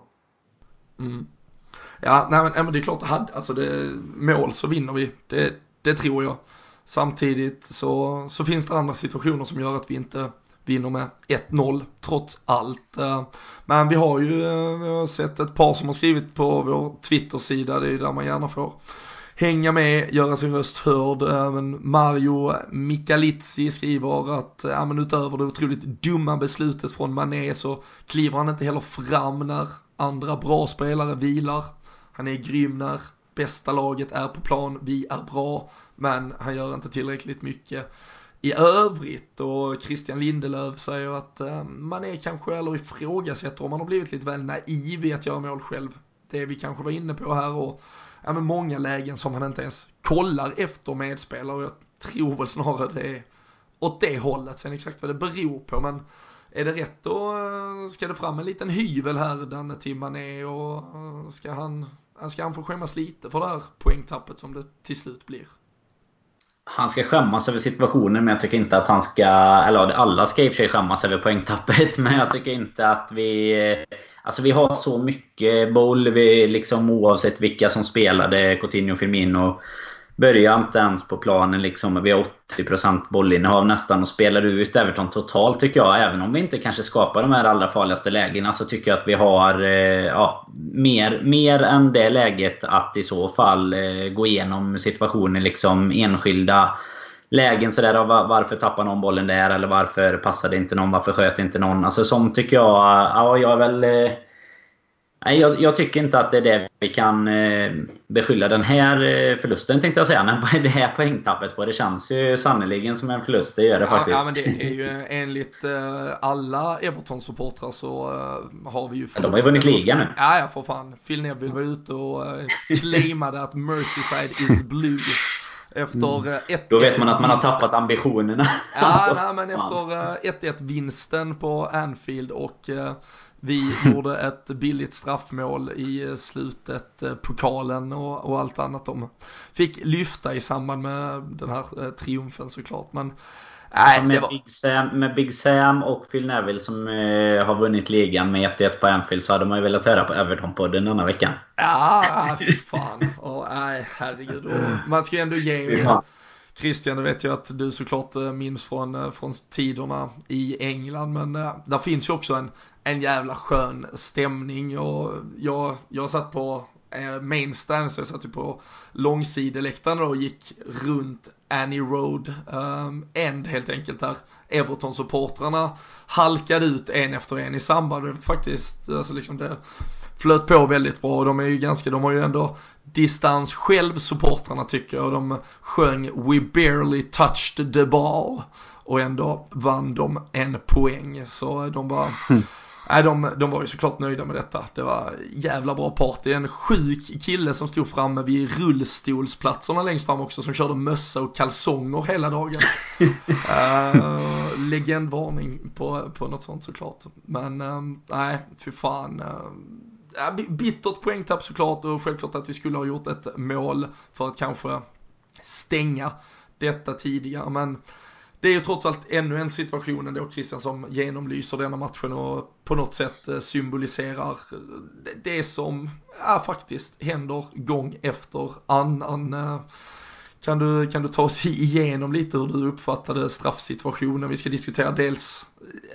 Mm. Ja, nej, men, men det är klart att hade, alltså det, mål så vinner vi. Det, det tror jag. Samtidigt så, så finns det andra situationer som gör att vi inte vinner med ett noll trots allt. Men vi har ju vi har sett ett par som har skrivit på vår Twitter-sida. Det är där man gärna får hänga med, göra sin röst hörd. Även Mario Michalizzi skriver att ja, men utöver det otroligt dumma beslutet från Mané så kliver han inte heller fram när andra bra spelare vilar. Han är grym när bästa laget är på plan. Vi är bra, men han gör inte tillräckligt mycket i övrigt. Och Christian Lindelöf säger att eh, man är kanske, eller ifrågasätter om man har blivit lite väl naiv i att göra mål själv. Det vi kanske var inne på här, och ja, men många lägen som han inte ens kollar efter medspelare, och jag tror väl snarare det är åt det hållet. Sen exakt vad det beror på, men är det rätt då ska det fram en liten hyvel här den timman är, och ska han, ska han få skämmas lite för det här poängtappet som det till slut blir? Han ska skämmas över situationen, men jag tycker inte att han ska, eller alla ska i och för sig skämmas över poängtappet, men jag tycker inte att vi, alltså vi har så mycket boll, vi liksom oavsett vilka som spelade, Coutinho, Firmino, börjar inte ens på planen liksom. Vi har åttio procent bollinnehav nästan och spelar ut Everton totalt, tycker jag. Även om vi inte kanske skapar de här allra farligaste lägena, så tycker jag att vi har eh, ja, mer, mer än det läget att i så fall eh, gå igenom situationen, liksom enskilda lägen sådär, av varför tappar någon bollen där, eller varför passade inte någon, varför sköt inte någon. Alltså som tycker jag, ja, jag är väl eh, Nej, jag, jag tycker inte att det är det vi kan eh, beskylla den här eh, förlusten, tänkte jag säga. Men det här poängtappet på, det känns ju sannoliken som en förlust. Det gör det ja, faktiskt. Ja, men det är ju enligt eh, alla Everton-supportrar så eh, har vi ju... Ja, de har ju vunnit ligan nu. Ja, ja, för fan. Phil Neville var ute och eh, claimade att Merseyside is blue. Efter mm. ett, Då vet man att man har tappat ambitionerna. Ja, alltså, nej, men efter uh, ett ett-vinsten på Anfield och uh, vi gjorde ett billigt straffmål i slutet, uh, pokalen och, och allt annat de fick lyfta i samband med den här uh, triumfen såklart. Men nej, ja, med, var... Big Sam, med Big Sam och Phil Neville som eh, har vunnit ligan med ett ett på Anfield, så hade man ju velat höra på Everton-podden denna veckan. Ja, fy fan. Och, nej, herregud. Och man ska ju ändå ge... Christian, det vet jag att du såklart minns från, från tiderna i England, men äh, där finns ju också en, en jävla skön stämning, och jag, jag satt på äh, main stand, så jag satt ju på långsideläktaren och gick runt Annie Road um, end helt enkelt, där Everton-supportrarna halkade ut en efter en i samband, och faktiskt alltså liksom det flöt på väldigt bra, och de är ju ganska, de har ju ändå distans själv, supportrarna, tycker jag, och de sjöng We barely touched the ball, och ändå vann de en poäng, så de var mm. nej, de, de var ju såklart nöjda med detta. Det var jävla bra party. En sjuk kille som stod framme vid rullstolsplatserna längst fram också, som körde mössa och kalsonger hela dagen. uh, legendvarning på, på något sånt såklart. Men uh, nej, för fan. Uh, bittert poängtapp såklart, och självklart att vi skulle ha gjort ett mål för att kanske stänga detta tidigare. Men det är ju trots allt ännu en situation ändå, Christian, som genomlyser denna matchen och på något sätt symboliserar det som ja, faktiskt händer gång efter annan. Kan du, kan du ta oss igenom lite hur du uppfattade straffsituationen? Vi ska diskutera dels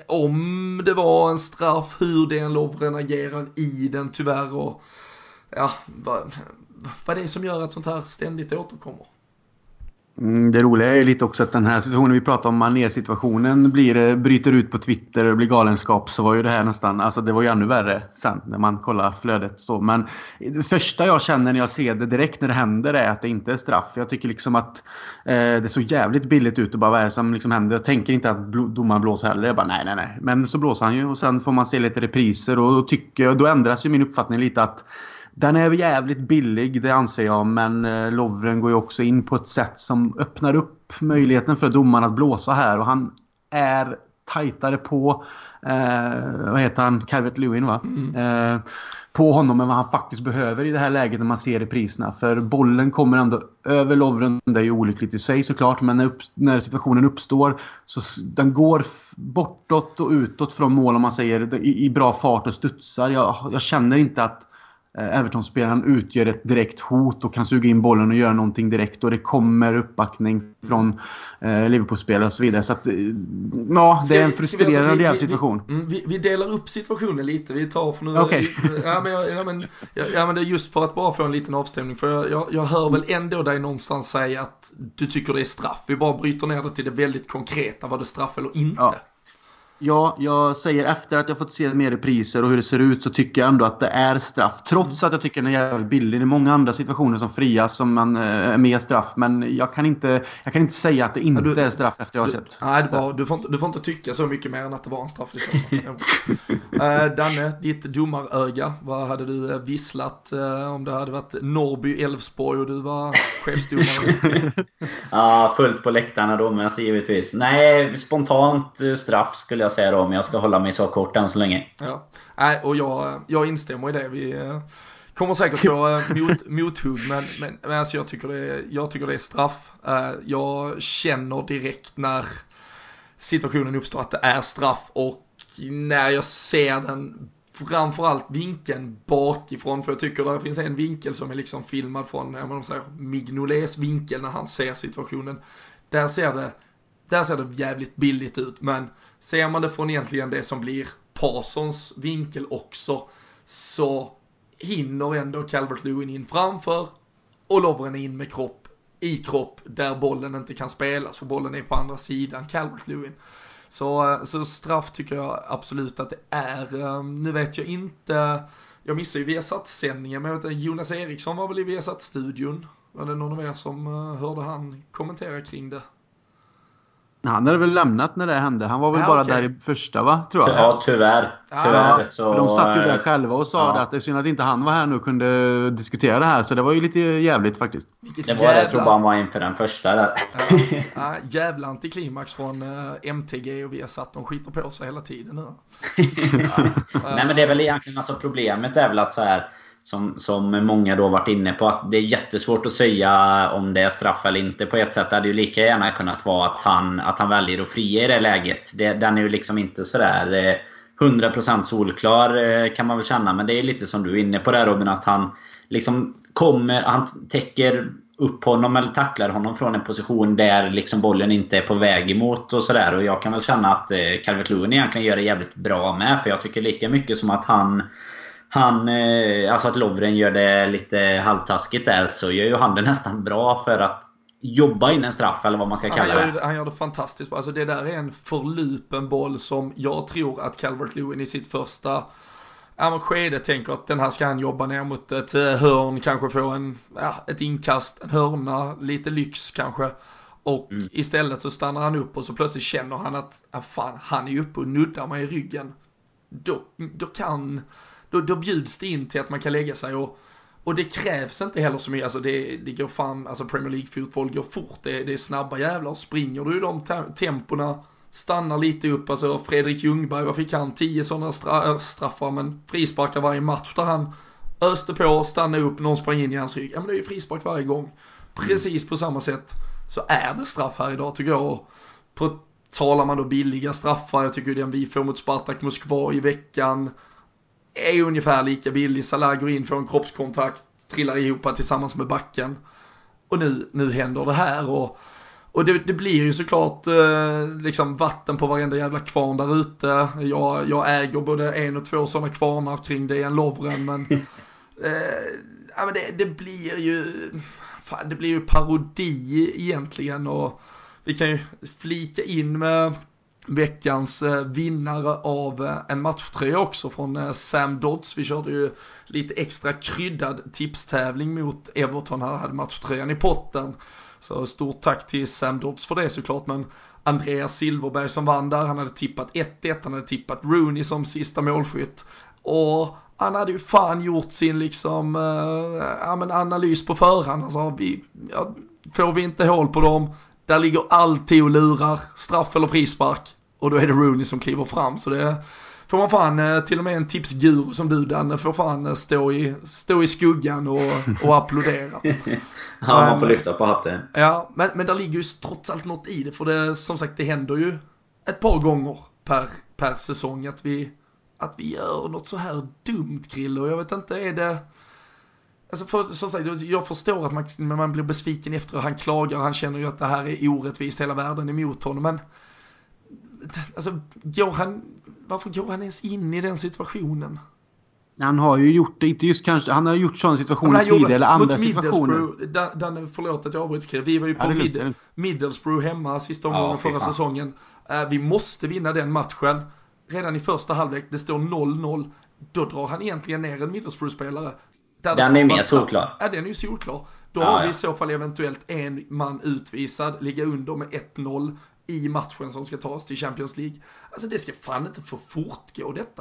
om det var en straff, hur den Lovren agerar i den tyvärr och ja, vad, vad är det som gör att sånt här ständigt återkommer? Mm, det roliga är lite också att den här situationen vi pratar om, Mané-situationen blir, bryter ut på Twitter och blir galenskap, så var ju det här nästan, alltså det var ju ännu värre sen när man kollar flödet så. Men det första jag känner när jag ser det direkt när det händer är att det inte är straff. Jag tycker liksom att eh, det är så jävligt billigt ut och bara vad är det som liksom händer. Jag tänker inte att bl- domaren blåser heller, jag bara nej nej nej. Men så blåser han ju och sen får man se lite repriser och då, tycker, då ändras ju min uppfattning lite att den är jävligt billig, det anser jag, men eh, Lovren går ju också in på ett sätt som öppnar upp möjligheten för domaren att blåsa här och han är tajtare på eh, vad heter han? Calvert-Lewin va? Mm. Eh, på honom än vad han faktiskt behöver i det här läget när man ser repriserna. För bollen kommer ändå över Lovren, det är ju olyckligt i sig såklart, men när, upp, när situationen uppstår så den går bortåt och utåt från mål om man säger i, i bra fart och studsar. Jag, jag känner inte att Everton-spelaren utgör ett direkt hot och kan suga in bollen och göra någonting direkt och det kommer uppbackning från eh, Liverpool-spelare och så vidare. Så att, ja, det är en frustrerande vi, vi, vi, situation. Vi, vi, vi delar upp situationen lite. Vi tar för nu... Okay. Ja, men, ja, men, ja, men det är just för att bara få en liten avstämning. För jag, jag, jag hör väl ändå dig någonstans säga att du tycker det är straff. Vi bara bryter ner det till det väldigt konkreta. Var det straff eller inte? Ja. Ja, jag säger efter att jag fått se mer repriser och hur det ser ut så tycker jag ändå att det är straff. Trots mm. att jag tycker den är jävligt billig. Det är många andra situationer som frias som man äh, är med straff. Men jag kan inte, jag kan inte säga att det inte du, är straff efter jag har du, sett. Nej, det bara, du, får inte, du får inte tycka så mycket mer än att det var en straff. uh, Danne, ditt domaröga. Vad hade du visslat uh, om det hade varit Norrby, Elfsborg och du var chefsdomare? Ja, fullt på läktarna då, men alltså, givetvis. Nej, spontant straff skulle jag säga då, men jag ska hålla mig så kort än så länge. Ja, nej, och jag, jag instämmer i det. Vi eh, kommer säkert få eh, mot, mothugg, men, men, men alltså jag, tycker det är, jag tycker det är straff. Eh, jag känner direkt när situationen uppstår att det är straff, och när jag ser den, framförallt vinkeln bakifrån, för jag tycker det finns en vinkel som är liksom filmad från, jag menar, säger, Mignolets vinkel när han ser situationen. Där ser det Där ser det jävligt billigt ut, men ser man det från egentligen det som blir Parsons vinkel också, så hinner ändå Calvert-Lewin in framför och Lovren är in med kropp i kropp där bollen inte kan spelas, för bollen är på andra sidan Calvert-Lewin. Så, så straff tycker jag absolut att det är. Nu vet jag inte, jag missar ju Viasat-sändningen, men jag vet att Jonas Eriksson var väl i Viasat-studion. Var det någon av er som hörde han kommentera kring det? Han hade väl lämnat när det hände. Han var väl ja, bara okay. där i första, va? Tror jag. Ja, tyvärr. tyvärr ja, så... För de satt ju där själva och sa ja. att det är synd att inte han var här nu och kunde diskutera det här. Så det var ju lite jävligt faktiskt. Vilket det var jävla... det, jag tror bara han var inför den första där. Ja, ja, jävla antiklimax från uh, M T G och vi har satt de skiter på sig hela tiden nu. ja. Nej, men det är väl egentligen alltså problemet är väl att så här... Som, som många då varit inne på, att det är jättesvårt att säga om det är straff eller inte. På ett sätt hade ju lika gärna kunnat vara att han, att han väljer att fria i det läget. Det, den är ju liksom inte sådär hundra procent solklar, kan man väl känna. Men det är lite som du är inne på där, Robin, att han liksom kommer, han täcker upp honom eller tacklar honom från en position där liksom bollen inte är på väg emot och sådär. Och jag kan väl känna att Calvert-Lewin egentligen gör det jävligt bra med, för jag tycker lika mycket som att han Han, alltså att Lovren gör det lite halvtaskigt där, så gör ju han det nästan bra för att jobba in en straff, eller vad man ska kalla han gör, det. Han gör det fantastiskt. Alltså det där är en förlupen boll som jag tror att Calvert-Lewin i sitt första ja, skede tänker att den här ska han jobba ner mot ett hörn, kanske få en, ja, ett inkast, en hörna, lite lyx kanske. Och mm. istället så stannar han upp och så plötsligt känner han att ah, fan, han är uppe och nuddar mig i ryggen. Då, då kan... Då, då bjuds det in till att man kan lägga sig, och, och det krävs inte heller så mycket. Alltså det, det går fan, alltså Premier League-fotboll går fort, det, det är snabba jävlar, springer du i de te- temporna, stannar lite upp. Alltså Fredrik Ljungberg, vad fick han? tio sådana stra- straffar, men frisparkar varje match där han öste på, stannar upp, någon sprang in i hans rygg. Ja, men det är ju frispark varje gång. Precis på samma sätt så är det straff här idag, tycker jag. Och på, talar man då billiga straffar, jag tycker den vi får mot Spartak Moskva i veckan är ungefär lika billig. Salah går in för en kroppskontakt, trillar ihop tillsammans med backen. Och nu, nu händer det här. Och, Och det, det blir ju såklart eh, liksom vatten på varenda jävla kvarn där ute. Jag, jag äger både en och två sådana kvarnar kring Dejan Lovren, men, eh, ja, men det, det blir ju fan, det blir ju parodi egentligen. Och vi kan ju flika in med veckans eh, vinnare av eh, en matchtröja också från eh, Sam Dodds. Vi körde ju lite extra kryddad tipstävling mot Everton här, hade matchtröjan i potten. Så stort tack till Sam Dodds för det såklart, men Andreas Silverberg som vann där, han hade tippat ett ett, han hade tippat Rooney som sista målskytt, och han hade ju fan gjort sin liksom eh, ja, men analys på förhand. Alltså, vi, ja, får vi inte hål på dem, där ligger alltid och lurar, straff eller frispark, och då är det Rooney som kliver fram. Så det får man fan, till och med en tipsguru som du, Dan, får fan stå i, stå i skuggan och, och applådera. Ja, men, man får lyfta på hatten. Ja, men, men där ligger ju trots allt något i det, för det, som sagt, det händer ju ett par gånger per, per säsong att vi, att vi gör något så här dumt, Grill, och jag vet inte, är det... Alltså för, som sagt, jag förstår att man, man blir besviken efter att han klagar, han känner ju att det här är orättvist hela världen emot honom, men alltså, går han, varför går han ens in i den situationen? Han har ju gjort det, inte just kanske, han har gjort sådana situationer tidigare eller andra situationer. Dan, förlåt att jag avbryter, vi var ju på ja, Mid- Middlesbrough hemma sista omgången ja, förra säsongen. Uh, vi måste vinna den matchen. Redan i första halvlek, det står noll noll. Då drar han egentligen ner en Middlesbrough-spelare. Den är mer solklar. Ja, den är ju solklar. Då ja, har vi ja. i så fall eventuellt en man utvisad, ligga under med ett noll i matchen som ska tas till Champions League. Alltså det ska fan inte få fortgå detta.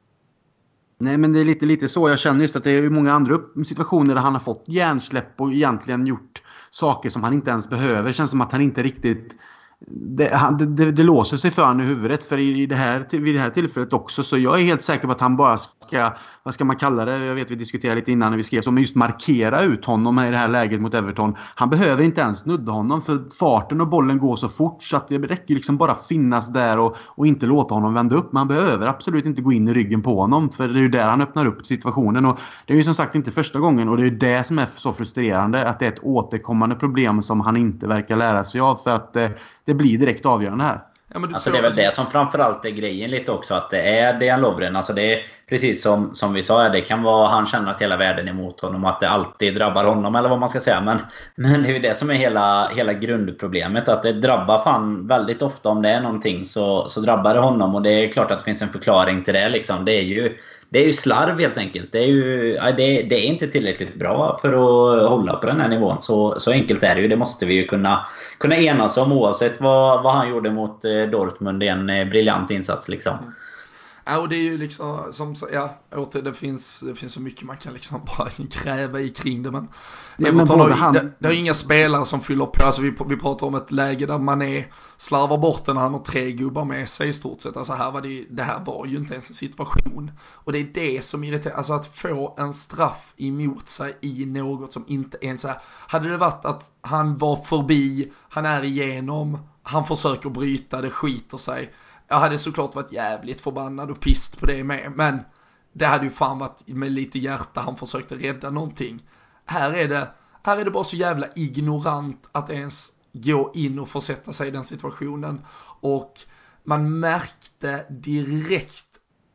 Nej, men det är lite, lite så. Jag känner just att det är många andra situationer där han har fått hjärnsläpp och egentligen gjort saker som han inte ens behöver. Det känns som att han inte riktigt... Det, han, det, det låser sig för han i huvudet, för i det här, vid det här tillfället också, så jag är helt säker på att han bara ska, vad ska man kalla det, jag vet vi diskuterade lite innan när vi skrev, så, men just markera ut honom i det här läget mot Everton. Han behöver inte ens nudda honom, för farten och bollen går så fort så att det räcker liksom bara finnas där och, och inte låta honom vända upp. Man behöver absolut inte gå in i ryggen på honom, för det är ju där han öppnar upp situationen, och det är ju som sagt inte första gången, och det är ju det som är så frustrerande, att det är ett återkommande problem som han inte verkar lära sig av, för att eh, det blir direkt avgörande här. Ja, men alltså det är väl det som framförallt är grejen lite också, att det är Dejan Lovren. Alltså det är precis som, som vi sa, det kan vara, han känner att hela världen är emot honom, att det alltid drabbar honom, eller vad man ska säga. Men, men det är ju det som är hela, hela grundproblemet, att det drabbar fan väldigt ofta. Om det är någonting så, så drabbar det honom, och det är klart att det finns en förklaring till det liksom. Det är ju Det är ju slarv helt enkelt. Det är ju det, det är inte tillräckligt bra för att hålla på den här nivån. Så, så enkelt är det ju. Det måste vi ju kunna, kunna enas om, oavsett vad, vad han gjorde mot Dortmund. Det är en briljant insats liksom. Ja, och det är ju liksom som, ja, åter, det finns det finns så mycket man kan liksom bara gräva i kring det, men, men, men har, han... det, det är inga spelare som fyller på. Alltså vi, vi pratar om ett läge där man är slarvar bort när han har tre gubbar med sig i stort sett. Alltså här var det, det här var ju inte ens en situation, och det är det som irriterar, alltså att få en straff emot sig i något som inte ens är. Hade det varit att han var förbi, han är igenom, han försöker bryta, det skiter sig, jag hade såklart varit jävligt förbannad och pist på det med. Men det hade ju fan varit med lite hjärta han försökte rädda någonting. Här är det, här är det bara så jävla ignorant att ens gå in och försätta sig i den situationen. Och man märkte direkt,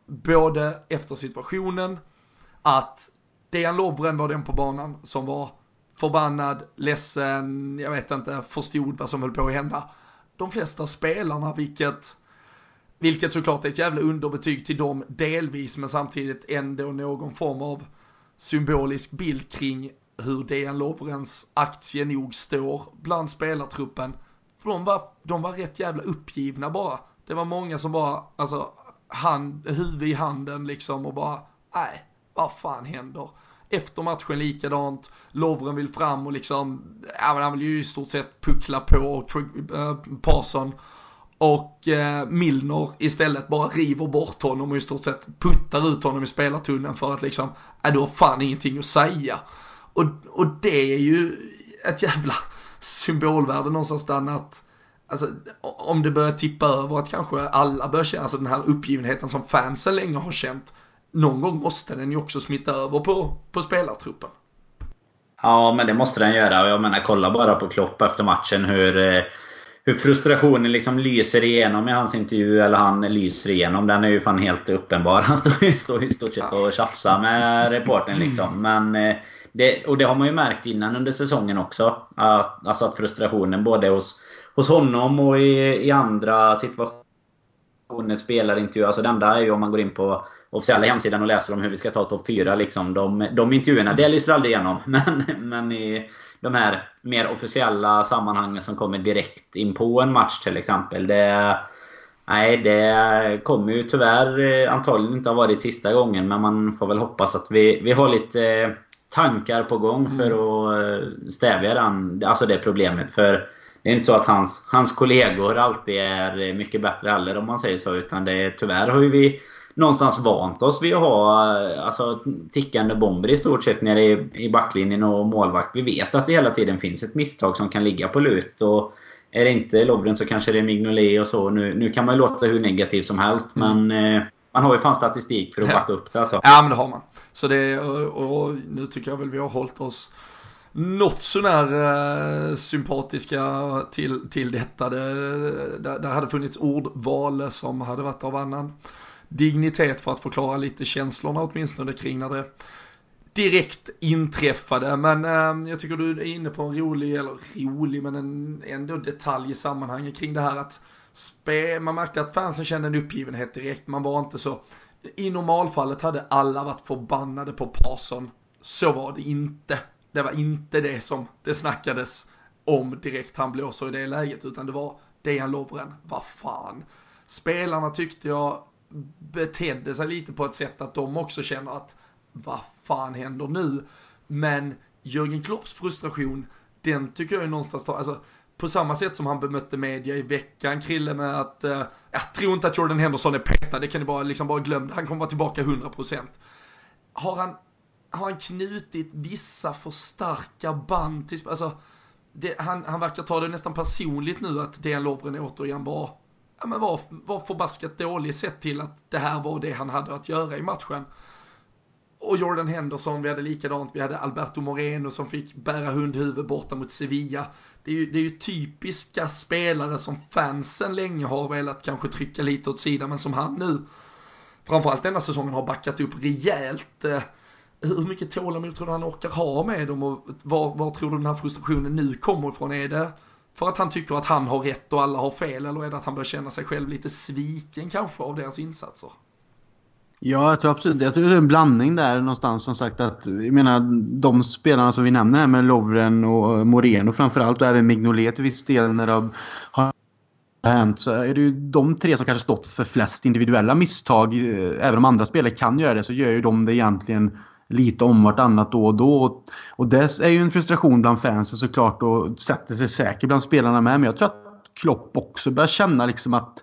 både efter situationen, att Dejan Lovren var den på banan som var förbannad, ledsen, jag vet inte, förstod vad som höll på att hända. De flesta spelarna, vilket... Vilket såklart är ett jävla underbetyg till dem delvis, men samtidigt ändå någon form av symbolisk bild kring hur Dejan Lovrens aktie nog står bland spelartruppen. För de var, de var rätt jävla uppgivna bara. Det var många som bara, alltså, hand, huvud i handen liksom, och bara, nej, vad fan händer? Efter matchen likadant, Lovren vill fram och liksom, ja, men han vill ju i stort sett puckla på äh, Parson. Och eh, Milner istället bara river bort honom och i stort sett puttar ut honom i spelartunneln för att liksom, äh, du har fan ingenting att säga. Och, och det är ju ett jävla symbolvärde någonstans där, att alltså, om det börjar tippa över att kanske alla börjar känna, alltså den här uppgivenheten som fansen länge har känt, någon gång måste den ju också smitta över på, på spelartruppen. Ja, men det måste den göra. Och jag menar, kolla bara på Klopp efter matchen. Hur, hur frustrationen liksom lyser igenom i hans intervju. Eller han lyser igenom. Den är ju fan helt uppenbar. Han står ju står i stort sett och tjafsar med reportern liksom. Men det, och det har man ju märkt innan under säsongen också. Att, alltså att frustrationen både hos, hos honom och i, i andra situationer, spelarintervjuer. Alltså det enda är ju om man går in på officiella hemsidan och läser om hur vi ska ta topp fyra liksom. De, de intervjuerna, det lyser aldrig igenom. Men, men i de här mer officiella sammanhangen som kommer direkt in på en match till exempel. Det, nej, det kommer ju tyvärr antagligen inte ha varit sista gången. Men man får väl hoppas att vi, vi har lite tankar på gång för att stävja den, alltså det problemet. För det är inte så att hans, hans kollegor alltid är mycket bättre heller om man säger så. Utan det, tyvärr har ju vi någonstans vant oss vid att ha alltså, tickande bomber i stort sett nere i, i backlinjen och målvakt. Vi vet att det hela tiden finns ett misstag som kan ligga på lut. Och är det inte Lovren så kanske det är Mignolet och så. Nu, nu kan man ju låta hur negativ som helst. Mm. Men eh, man har ju fan statistik för att backa upp det. Alltså. Ja, men det har man. Så det, och, och nu tycker jag väl vi har hållit oss något sånär eh, sympatiska till, till detta. Det, det, det hade funnits ordval som hade varit av annan dignitet för att förklara lite känslorna åtminstone kring när det direkt inträffade. Men eh, jag tycker du är inne på en rolig, eller rolig men en, ändå detalj i sammanhanget kring det här att spe, man märkte att fansen kände en uppgivenhet direkt. Man var inte så, i normalfallet hade alla varit förbannade på Parson. Så var det inte. Det var inte det som det snackades om direkt han blåser i det läget, utan det var Dejan Lovren. Vad fan. Spelarna tyckte jag betedde sig lite på ett sätt att de också känner att vad fan händer nu? Men Jürgen Klopps frustration, den tycker jag är någonstans alltså, på samma sätt som han bemötte media i veckan, Krille, med att uh, jag tror inte att Jordan Henderson är petad, det kan ni bara, liksom bara glömma, han kommer vara tillbaka hundra procent. Har han, har han knutit vissa för starka band till, alltså, det, han, han verkar ta det nästan personligt nu att Dejan Lovren återigen var Ja, men var, var förbaskat dålig sett till att det här var det han hade att göra i matchen. Och Jordan Henderson, vi hade likadant. Vi hade Alberto Moreno som fick bära hundhuvud borta mot Sevilla. Det är ju, det är ju typiska spelare som fansen länge har velat kanske trycka lite åt sidan, men som han nu, framförallt denna säsongen, har backat upp rejält. Hur mycket tålamod tror du han orkar ha med dem, och var, var tror du den här frustrationen nu kommer ifrån? Är det för att han tycker att han har rätt och alla har fel, eller är det att han börjar känna sig själv lite sviken kanske av deras insatser? Ja, jag tror absolut. Jag tror det är en blandning där någonstans, som sagt, att jag menar de spelarna som vi nämner här med Lovren och Moreno framförallt, och även Mignolet till viss del när det har hänt, så är det ju de tre som kanske stått för flest individuella misstag. Även om andra spelare kan göra det, så gör ju de det egentligen lite om vartannat då och då. Och det är ju en frustration bland fansen såklart, och sätter sig säkert bland spelarna med. Men jag tror att Klopp också börjar känna liksom att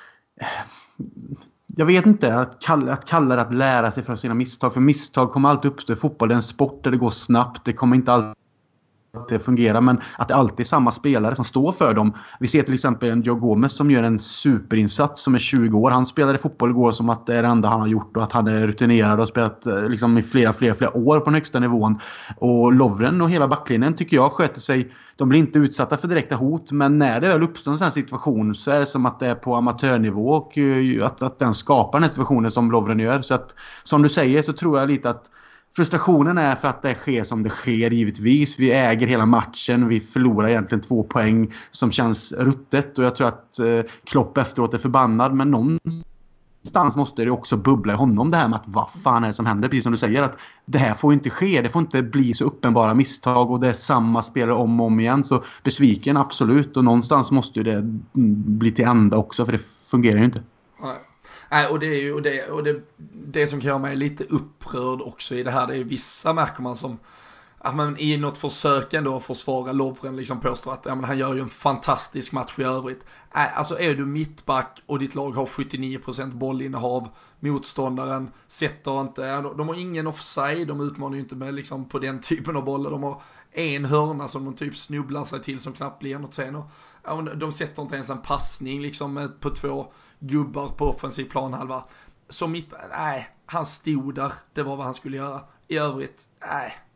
jag vet inte, att kalla, att kalla det att lära sig från sina misstag. För misstag kommer alltid uppstå. Fotboll är en sport där det går snabbt. Det kommer inte alltid att det fungerar, men att det alltid är samma spelare som står för dem. Vi ser till exempel en Joe Gomez som gör en superinsats, som är tjugo år. Han spelade fotboll igår som att det är det enda han har gjort, och att han är rutinerad och spelat liksom i flera, flera, flera år på den högsta nivån. Och Lovren och hela backlinjen tycker jag sköter sig. De blir inte utsatta för direkta hot, men när det väl uppstår en sån här situation så är det som att det är på amatörnivå, och att, att den skapar den här situationen som Lovren gör. Så att, som du säger, så tror jag lite att frustrationen är för att det sker som det sker givetvis. Vi äger hela matchen. Vi förlorar egentligen två poäng som känns ruttet. Och jag tror att eh, Klopp efteråt är förbannad. Men någonstans måste det också bubbla i honom det här med att vad fan är det som händer? Precis som du säger, att det här får inte ske. Det får inte bli så uppenbara misstag. Och det är samma spelare om och om igen. Så besviken, absolut. Och någonstans måste det bli till ända också. För det fungerar ju inte. Nej. Nej, och det är ju och det, och det, det som kan göra mig lite upprörd också i det här, det är vissa märker man som att man i något försök ändå att försvara Lovren liksom påstår att ja, men han gör ju en fantastisk match i övrigt. Nej, alltså är du mittback och ditt lag har sjuttionio procent bollinnehav, motståndaren sätter inte, de har ingen offside, de utmanar ju inte med liksom på den typen av bollar, de har en hörna som de typ snubblar sig till som knappt blir något sen, och ja, de sätter inte ens en passning liksom på två gubbar på offensiv planhalva. Så mitt, nej, han stod där, det var vad han skulle göra. I övrigt, nej,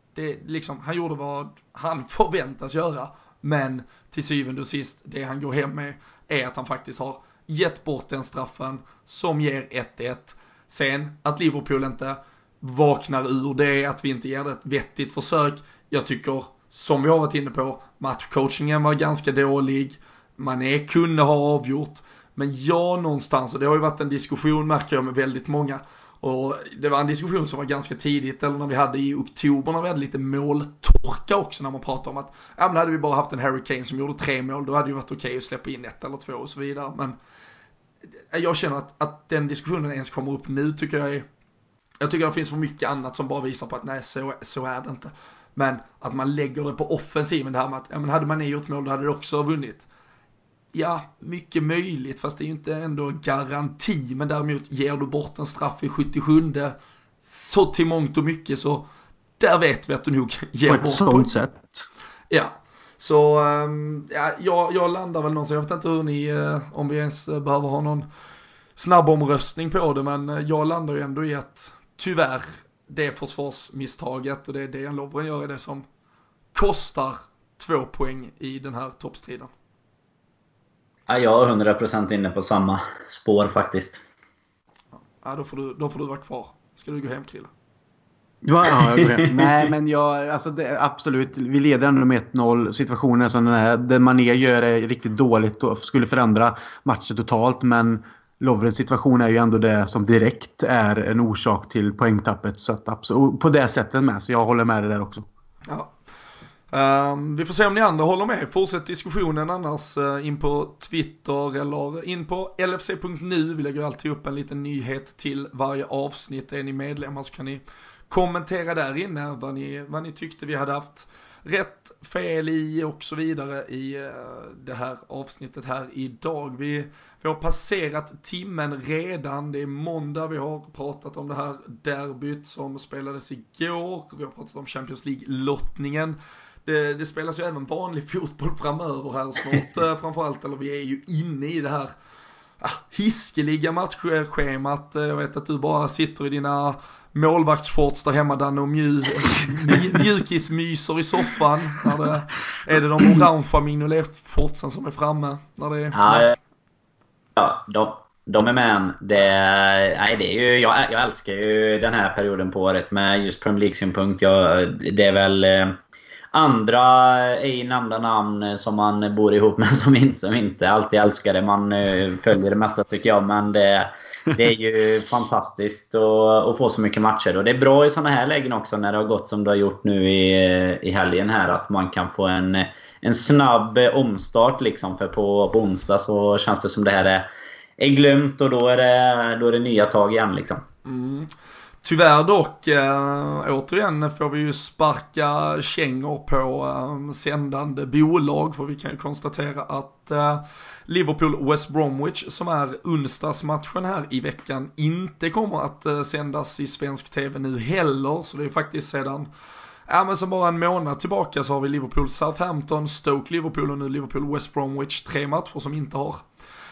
det, liksom, han gjorde vad han förväntas göra, men till syvende och sist, det han går hem med är att han faktiskt har gett bort den straffen som ger ett ett. Sen att Liverpool inte vaknar ur det, att vi inte ger det ett vettigt försök. Jag tycker, som vi har varit inne på, matchcoachingen var ganska dålig. Man är kunde ha avgjort. Men jag någonstans, och det har ju varit en diskussion märker jag med väldigt många. Och det var en diskussion som var ganska tidigt, eller när vi hade i oktober när vi hade lite måltorka också, när man pratade om att ja, men hade vi bara haft en Harry Kane som gjorde tre mål, då hade det ju varit okej att släppa in ett eller två och så vidare. Men jag känner att, att den diskussionen ens kommer upp nu tycker jag är, jag tycker det finns för mycket annat som bara visar på att nej, så, så är det inte. Men att man lägger det på offensiven, det här med att ja, men hade man gjort mål då hade det också vunnit. Ja, mycket möjligt, fast det är ju inte ändå garanti. Men däremot ger du bort en straff i sjuttiosju så till mångt och mycket, så där vet vi att du nog ger bort. På ett sånt sätt. Ja, så um, ja, jag, jag landar väl någonstans. Jag vet inte hur ni, uh, om vi ens uh, behöver ha någon snabb omröstning på det, men uh, jag landar ju ändå i att tyvärr det försvarsmisstaget och det är det en Lovren gör är det som kostar två poäng i den här toppstriden. Ja, jag är hundra procent inne på samma spår faktiskt. Ja, då får du, då får du vara kvar. Ska du gå hem, Krille? Ja, ja, jag går hem. Nej, men jag, alltså det, absolut. Vi leder ändå med ett noll. Situationen är som den är. Det Mané gör är riktigt dåligt och skulle förändra matchen totalt. Men Lovrens situation är ju ändå det som direkt är en orsak till poängtappet. Så att absolut, på det sättet med. Så jag håller med det där också. Ja. Um, vi får se om ni andra håller med. Fortsätt diskussionen annars uh, in på Twitter eller in på L F C punkt nu. Vi lägger alltid upp en liten nyhet till varje avsnitt. Är ni medlemmar så kan ni kommentera där inne vad ni, vad ni tyckte vi hade haft rätt, fel i och så vidare i uh, det här avsnittet här idag. Vi, vi har passerat timmen redan. Det är måndag. Vi har pratat om det här derbyt som spelades igår. Vi har pratat om Champions League-lottningen. Det, det spelas ju även vanlig fotboll framöver här snart framförallt, eller vi är ju inne i det här ah, hiskeliga matchschemat. Jag vet att du bara sitter i dina målvaktsshorts där hemma, Danne, och mju, mj, mjukismyser i soffan när det, är det de orangea Mignolet-shortsen som är framme när det är ja, ja, de, de är med. Det, nej, det är ju, jag, jag älskar ju den här perioden på året med just Premier League-synpunkt. Jag, det är väl andra i nämnda namn som man bor ihop med som inte, som inte alltid älskar det. Man följer det mesta tycker jag. Men det, det är ju fantastiskt att, att få så mycket matcher. Och det är bra i sådana här lägen också när det har gått som det har gjort nu i, i helgen här. Att man kan få en, en snabb omstart liksom. För på, på onsdag så känns det som det här är, är glömt. Och då är det, då är det nya tag igen liksom. Mm. Tyvärr dock, äh, återigen får vi ju sparka kängor på äh, sändande bolag, för vi kan ju konstatera att äh, Liverpool West Bromwich, som är onsdagsmatchen här i veckan, inte kommer att äh, sändas i svensk tv nu heller. Så det är faktiskt sedan, ja, men som bara en månad tillbaka så har vi Liverpool Southampton, Stoke Liverpool och nu Liverpool West Bromwich, tre matcher som inte har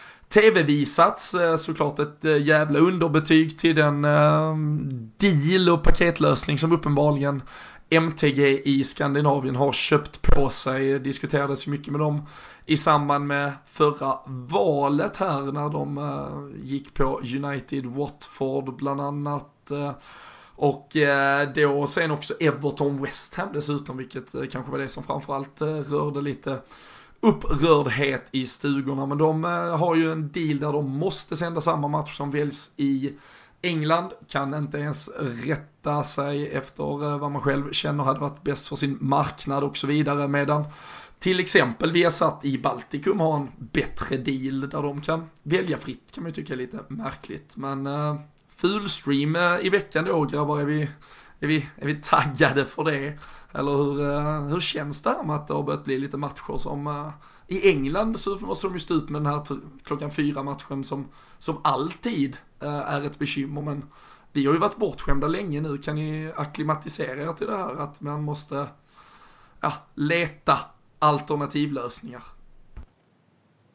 tv-visats. Såklart ett jävla underbetyg till den uh, deal och paketlösning som uppenbarligen M T G i Skandinavien har köpt på sig. Det diskuterades ju mycket med dem i samband med förra valet här när de uh, gick på United Watford bland annat. Uh, och uh, då sen också Everton West Ham dessutom, vilket uh, kanske var det som framförallt uh, rörde lite upprördhet i stugorna. Men de uh, har ju en deal där de måste sända samma match som väljs i England. Kan inte ens rätta sig efter uh, vad man själv känner hade varit bäst för sin marknad och så vidare. Medan till exempel vi har satt i Baltikum har en bättre deal där de kan välja fritt, kan man ju tycka är lite märkligt. Men uh, fullstream uh, i veckan då, grabbar, är vi, är, vi, är vi taggade för det? Eller hur, uh, hur känns det här med att det har börjat bli lite matcher som uh, i England så måste de ju stå ut med den här t- klockan fyra matchen som, som alltid uh, är ett bekymmer. Men vi har ju varit bortskämda länge nu. Kan ni akklimatisera er till det här att man måste ja, leta alternativlösningar?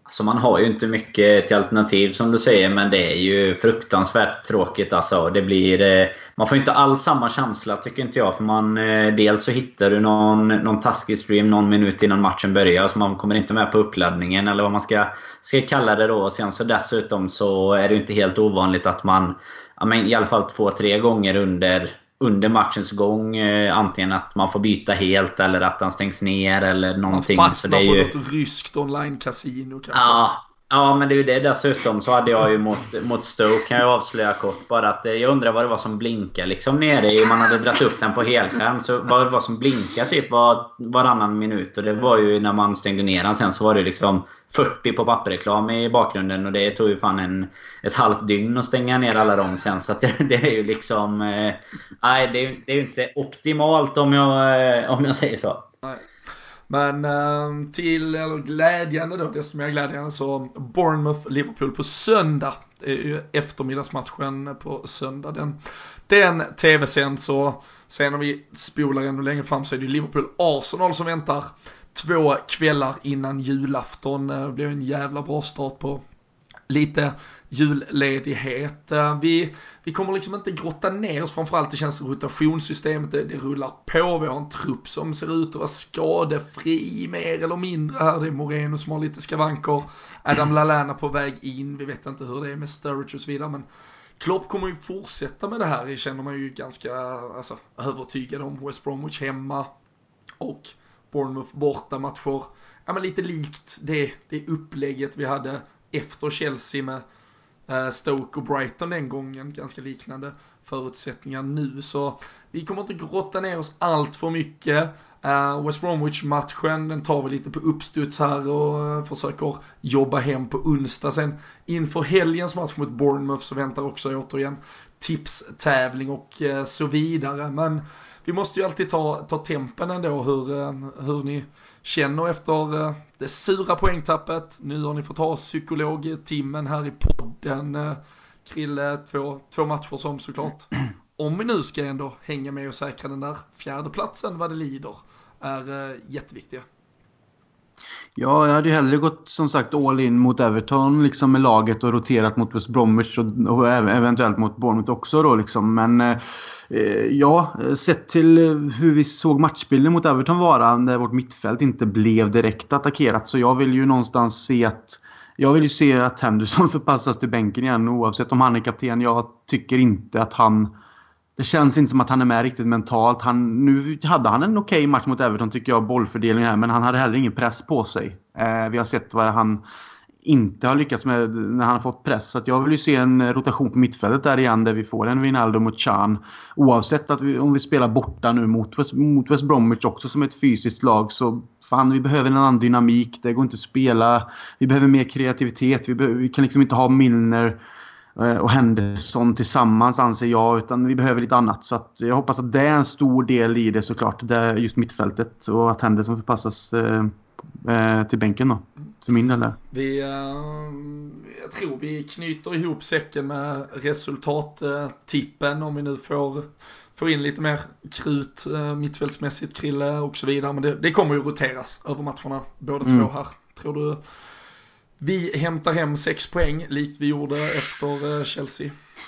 Alltså man har ju inte mycket till alternativ som du säger, men det är ju fruktansvärt tråkigt alltså. Det blir, man får inte alls samma känsla tycker inte jag, för man dels så hittar du någon, någon taskig stream någon minut innan matchen börjar, så man kommer inte med på uppladdningen eller vad man ska, ska kalla det då. Och sen så dessutom så är det ju inte helt ovanligt att man, ja, men i alla fall två, tre gånger under under matchens gång, eh, antingen att man får byta helt eller att den stängs ner eller någonting. Man fastnar så det är ju på något ryskt online-casino kanske. Ja, ja, men det är ju det dessutom. Så hade jag ju mot, mot Stoke, kan jag avslöja kort bara att jag undrar vad det var som blinkade liksom nere. Man hade dratt upp den på helskärm, så vad det var som blinkade typ var, varannan minut. Och det var ju när man stängde ner den sen, så var det liksom fyrtio på pappreklam i bakgrunden. Och det tog ju fan en, ett halvt dygn att stänga ner alla dem sen. Så att det, det är ju liksom eh, nej, det är, det är ju inte optimalt om jag, eh, om jag säger så. Nej. Men eh, till, eller glädjande då, desto mer glädjande, så Bournemouth-Liverpool på söndag. Det är ju eftermiddagsmatchen på söndag. Den, den tv-sänd, så sen om vi spolar ännu längre fram så är det Liverpool-Arsenal som väntar två kvällar innan julafton. Det blir en jävla bra start på lite julledighet. Vi, vi kommer liksom inte grotta ner oss, framförallt det känns rotationssystemet, det, det rullar på. Vi har en trupp som ser ut att vara skadefri mer eller mindre här. Det är Moreno som har lite skavanker, Adam Lallana på väg in, vi vet inte hur det är med Sturridge och så vidare, men Klopp kommer ju fortsätta med det här. Det känner man ju ganska alltså, övertygad om. West Bromwich hemma och Bournemouth borta matcher. Ja, men lite likt det, det upplägget vi hade efter Chelsea med uh, Stoke och Brighton den gången. Ganska liknande förutsättningar nu. Så vi kommer inte grotta ner oss allt för mycket. Uh, West Bromwich-matchen, den tar vi lite på uppstuds här och uh, försöker jobba hem på onsdag. Sen inför helgens match mot Bournemouth så väntar också återigen tipstävling och uh, så vidare. Men vi måste ju alltid ta, ta tempen ändå hur, uh, hur ni känner efter uh, det sura poängtappet. Nu har ni fått ha psykologtimmen här i podden. Uh, Krille, två, två matcher som såklart, om vi nu ska ändå hänga med och säkra den där fjärde platsen vad det lider, är uh, jätteviktiga. Ja, jag hade ju hellre gått som sagt all in mot Everton liksom med laget och roterat mot West Bromwich och, och eventuellt mot Bournemouth också då liksom. Men eh, ja, sett till hur vi såg matchbilden mot Everton vara, där vårt mittfält inte blev direkt attackerat, så jag vill ju någonstans se att Jag vill ju se att Henderson förpassas till bänken igen, oavsett om han är kapten. Jag tycker inte att han... Det känns inte som att han är med riktigt mentalt. Han, nu hade han en okej match mot Everton tycker jag, bollfördelning här. Men han hade heller ingen press på sig. Eh, vi har sett vad han inte har lyckats med när han har fått press. Så att jag vill ju se en rotation på mittfältet där igen, där vi får en Wijnaldum mot Can. Oavsett att vi, om vi spelar borta nu mot West, mot West Bromwich också som ett fysiskt lag, så fan, vi behöver en annan dynamik. Det går inte att spela. Vi behöver mer kreativitet. Vi, behöver, vi kan liksom inte ha Milner och Henderson tillsammans, anser jag, utan vi behöver lite annat. Så att jag hoppas att det är en stor del i det, såklart, det är just mittfältet, och att Henderson förpassas eh, till bänken då, för min del där. Vi, uh, jag tror vi knyter ihop säcken med resultattippen, uh, om vi nu får, får in lite mer krut uh, mittfältsmässigt, Krille och så vidare, men det, det kommer ju roteras över matcherna, båda mm. två här. Tror du vi hämtar hem sex poäng likt vi gjorde efter uh, Chelsea?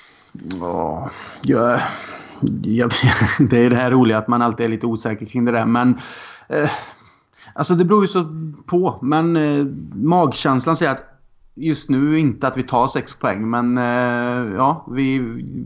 Ja, ja, ja, det är det här roliga att man alltid är lite osäker kring det där, men eh, alltså det beror ju så på, men eh, magkänslan säger att just nu inte att vi tar sex poäng, men eh, ja, vi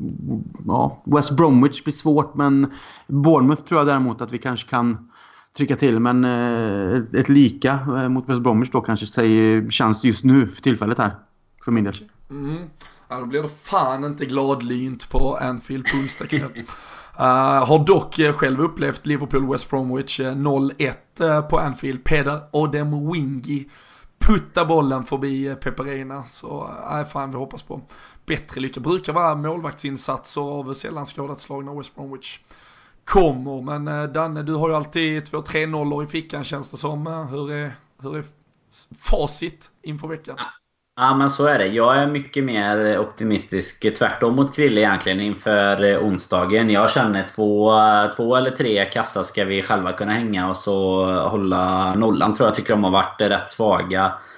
ja, West Bromwich blir svårt, men Bournemouth tror jag däremot att vi kanske kan trycka till, men eh, ett lika eh, mot West Bromwich då kanske säger, känns just nu för tillfället här för min del. Mm. Ja, då blir det fan inte gladlynt på Anfield på onsdag kväll. Uh, har dock uh, själv upplevt Liverpool West Bromwich uh, noll ett uh, på Anfield. Peder Odem Wingy putta bollen förbi uh, Peperina, så uh, fan, vi hoppas på bättre lycka. Brukar vara målvaktsinsatser av sällan skadat slag när West Bromwich kommer, men uh, Danne, du har ju alltid två tre nollor i fickan, känns det som. Uh, hur, är, hur är facit inför veckan? Ja, men så är det. Jag är mycket mer optimistisk, tvärtom mot Krille egentligen, inför onsdagen. Jag känner två, två eller tre kassar ska vi själva kunna hänga och så hålla nollan, tror jag. Tycker de har varit rätt svaga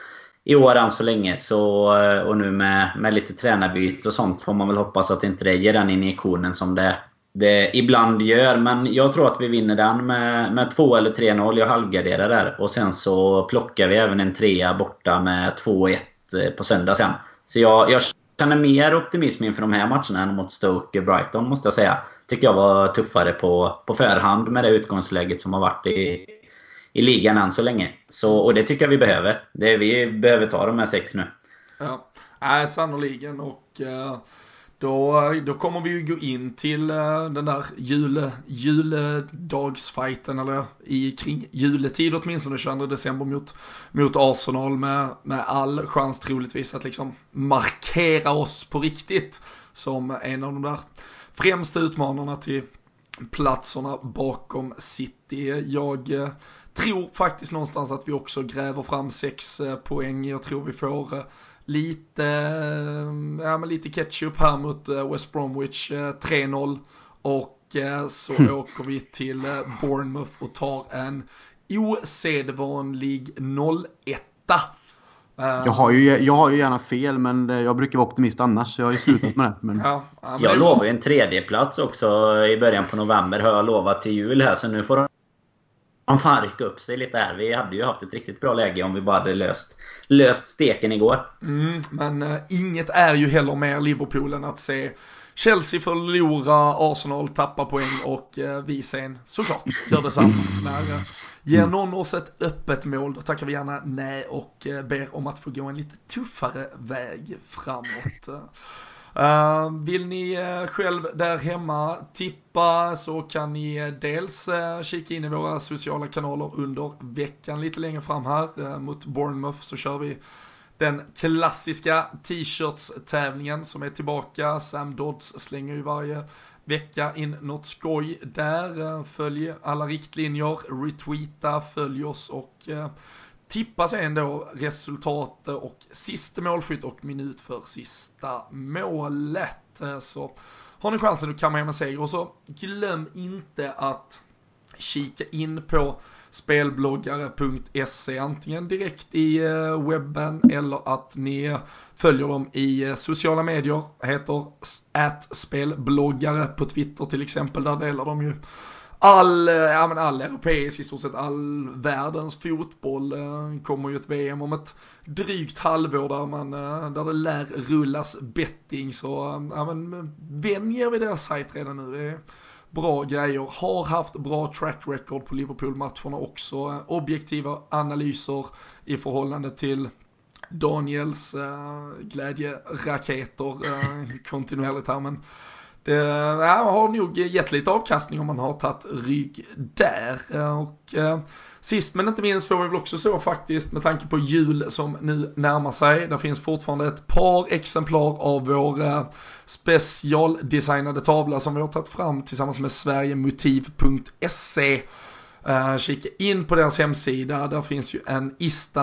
i år än så länge. Så, och nu med, med lite tränarbyte och sånt får man väl hoppas att det inte det ger den injektionen som det, det ibland gör. Men jag tror att vi vinner den med, med två eller tre noll. Jag halvgarderar där. Och sen så plockar vi även en trea borta med två ett på söndag sen. Så jag, jag känner mer optimism inför de här matcherna än mot Stoke Brighton, måste jag säga. Tycker jag var tuffare på, på förhand med det utgångsläget som har varit i, i ligan än så länge. Så, och det tycker jag vi behöver. Det, vi behöver ta de här sex nu. Ja, äh, sannoliken. Och uh, då, då kommer vi ju gå in till uh, den där jule, juledagsfighten, eller i kring juletid åtminstone, tjugoandra december mot, mot Arsenal med, med all chans troligtvis att liksom markera oss på riktigt som en av de där främsta utmanarna till platserna bakom City. Jag eh, tror faktiskt någonstans att vi också gräver fram sex eh, poäng. Jag tror vi får eh, lite, eh, ja, men lite ketchup här mot eh, West Bromwich, eh, tre noll. Och eh, så mm. åker vi till eh, Bournemouth och tar en osedvanlig noll ett. Jag har, ju, jag har ju gärna fel, men jag brukar vara optimist annars. Jag har ju slutat med det. Men... Ja, ja, men jag det... lovar ju en tredje plats också i början på november. Har jag lovat till jul här. Så nu får de fan rycka upp sig lite här. Vi hade ju haft ett riktigt bra läge om vi bara hade löst, löst steken igår. Mm, men uh, inget är ju heller mer Liverpool än att se Chelsea förlora, Arsenal tappa poäng och uh, vi sen såklart gör detsamma. När uh, ger någon oss ett öppet mål, då tackar vi gärna nej och uh, ber om att få gå en lite tuffare väg framåt. Uh, vill ni uh, själv där hemma tippa, så kan ni uh, dels uh, kika in i våra sociala kanaler under veckan lite längre fram här. Uh, mot Bournemouth så kör vi den klassiska t-shirts-tävlingen som är tillbaka. Sam Dodds slänger ju varje vecka in något skoj där. Följ alla riktlinjer, retweeta, följ oss och uh, tippa sen då resultat och sista målskytt och minut för sista målet. Så har ni chansen att kamma hem en seger. Och så glöm inte att kika in på spelbloggare punkt se, antingen direkt i webben eller att ni följer dem i sociala medier. Heter at spelbloggare på Twitter till exempel. Där delar de ju all, ja, men all europeisk, i stort sett all världens fotboll. Kommer ju ett V M om ett drygt halvår där, man, där det lär rullas betting. Så ja, men vänjer vi deras sajt redan nu. Det är bra grejer. Har haft bra track record på Liverpool-matcherna också. Objektiva analyser i förhållande till Daniels uh, glädjeraketer uh, kontinuerligt här, men det ja, har nog gett lite avkastning om man har tagit rygg där. Och eh, sist men inte minst får vi väl också så faktiskt, med tanke på jul som nu närmar sig. Där finns fortfarande ett par exemplar av vår eh, specialdesignade tavla som vi har tagit fram tillsammans med Sverigemotiv punkt se. Uh, kika in på deras hemsida. Där finns ju en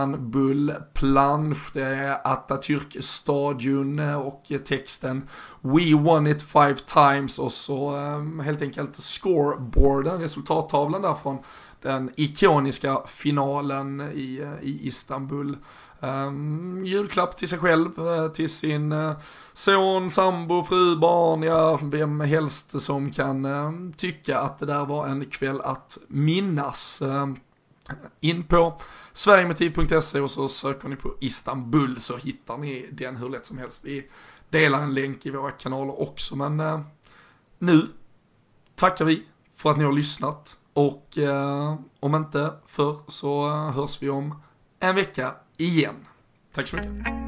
Istanbul-plansch. Det är Atatürk-stadion och texten We won it five times. Och så um, helt enkelt scoreboarden, resultattavlan där från den ikoniska finalen i, i Istanbul. Um, julklapp till sig själv, till sin uh, son, sambo, fru, barn, ja, vem helst som kan uh, tycka att det där var en kväll att minnas. Uh, in på Sverigemotiv punkt se och så söker ni på Istanbul, så hittar ni den hur lätt som helst. Vi delar en länk i våra kanaler också, men uh, nu tackar vi för att ni har lyssnat, och uh, om inte för så uh, hörs vi om en vecka igen. Tack så mycket.